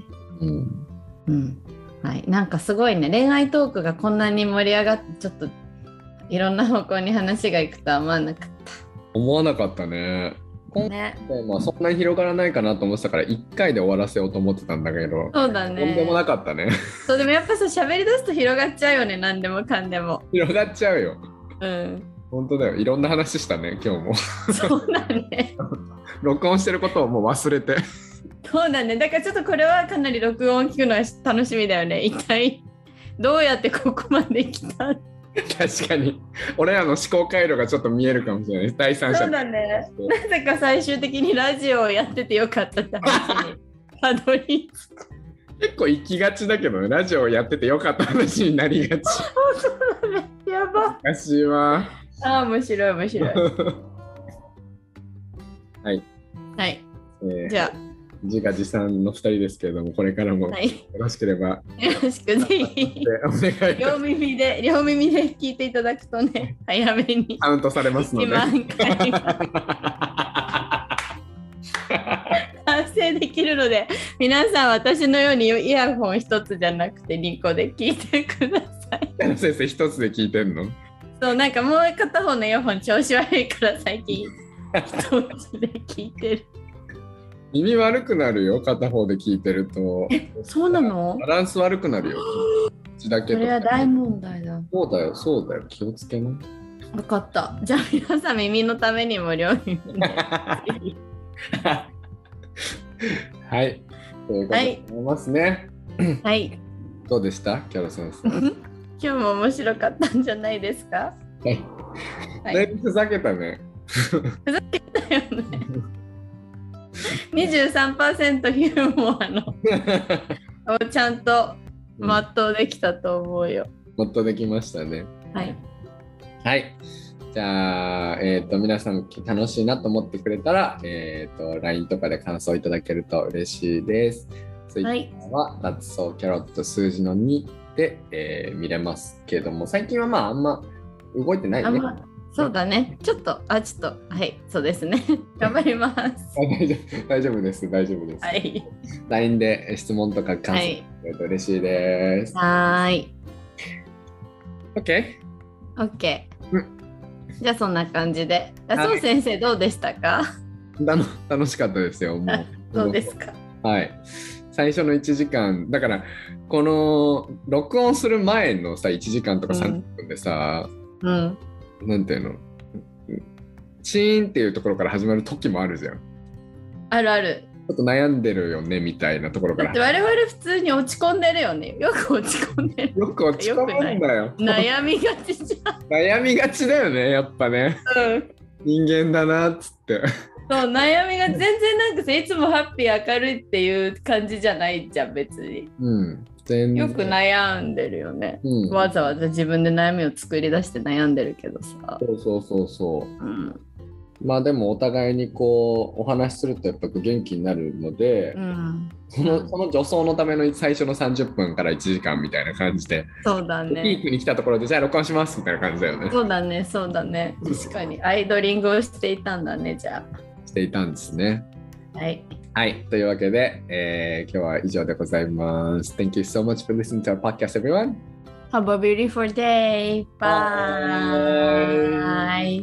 Speaker 2: はい、なんかすごいね、恋愛トークがこんなに盛り上がって、ちょっといろんな方向に話がいくとは思わなかった。
Speaker 1: 思わなかったね。そんなに広がらないかなと思ってたから1回で終わらせようと思ってたんだけど、
Speaker 2: そうだね、
Speaker 1: とんでもなかったね。
Speaker 2: そうでもやっぱさ、喋り出すと広がっちゃうよね、何でもかんでも
Speaker 1: 広がっちゃうよ。本当だよ、いろんな話したね今日も。
Speaker 2: そうだね
Speaker 1: 録音してることをもう忘れて。
Speaker 2: そうだね、だからちょっとこれはかなり録音聞くのは楽しみだよね。一体どうやってここまで来た
Speaker 1: 確かに俺らの思考回路がちょっと見えるかもしれない、第三者。
Speaker 2: そうだね、なぜか最終的にラジオをやっててよかったって話にたどり着く。
Speaker 1: 結構行きがちだけどね、ラジオをやっててよかった話になりがち。
Speaker 2: そうだね、やば。
Speaker 1: 難しいわ。
Speaker 2: 面白い
Speaker 1: はい、
Speaker 2: はい、じゃあ
Speaker 1: 自画自賛の2人ですけれども、これからもよろしければ、
Speaker 2: よろしくぜひ
Speaker 1: お願い
Speaker 2: 両耳で聞いていただくとね、早めに
Speaker 1: カウントされますので。1万回
Speaker 2: 達成できるので、皆さん私のようにイヤホン1つじゃなくて2個で聞いてください。
Speaker 1: 先生1つで聞いてんの？
Speaker 2: そう、なんかもう片方のイヤホン調子悪いから最近1つで聞いてる。
Speaker 1: 耳悪くなるよ、片方で聞いてると。
Speaker 2: そうなの？
Speaker 1: バランス悪くなるよ。口だけとか。
Speaker 2: それは大問題だ。
Speaker 1: そうだよ、気をつけな。
Speaker 2: 分かった。じゃあ皆さん耳のためにも両耳で。
Speaker 1: はい。ということで思いますね。
Speaker 2: はい。
Speaker 1: どうでした、キャロ先生？
Speaker 2: 今日も面白かったんじゃないですか？
Speaker 1: はい。だいぶふざけたね。
Speaker 2: ふざけたよね。23% ヒューモアのをちゃんと全うできたと思うよ。
Speaker 1: 全うできましたね。
Speaker 2: はい。
Speaker 1: はい。じゃあ、皆さん楽しいなと思ってくれたら、LINE とかで感想いただけると嬉しいです。Twitter は That's So Carrot 数字の2で、見れますけども、最近はあんま動いてないね。
Speaker 2: そうだね。ちょっと、はい、そうですね。頑張ります。
Speaker 1: 大丈夫です。はい。LINE で質問とか感想いただけると嬉しいです。
Speaker 2: はい。
Speaker 1: OK？
Speaker 2: じゃあそんな感じで。そう先生どうでしたか？
Speaker 1: 楽しかったですよ。もう。
Speaker 2: どうですか？
Speaker 1: はい。最初の1時間、だからこの録音する前のさ1時間とか30分でさ、なんていうの、チーンっていうところから始まる時もあるじゃん。
Speaker 2: あるある。
Speaker 1: ちょっと悩んでるよねみたいなところから。
Speaker 2: だって我々普通に落ち込んでるよね。よく落ち込んでる。
Speaker 1: よく落ち込むんだよ。
Speaker 2: 悩みがちじゃん。
Speaker 1: 悩みがちだよね、やっぱね。人間だなっつって。
Speaker 2: そう、悩みが全然なんかさ、いつもハッピー明るいっていう感じじゃないじゃん、別に。よく悩んでるよね、わざわざ自分で悩みを作り出して悩んでるけどさ。
Speaker 1: そう、まあでもお互いにこうお話しするとやっぱ元気になるので、その助走のための最初の30分から1時間みたいな感じで、
Speaker 2: そうだね、
Speaker 1: ピークに来たところでじゃあ録音しますみたいな感じだよね。
Speaker 2: そうだね確かにアイドリングをしていたんだね。じゃあ
Speaker 1: していたんですね。
Speaker 2: はい、
Speaker 1: というわけで、今日は以上でございます。Thank you so much for listening to our podcast, everyone.
Speaker 2: Have a beautiful day. Bye.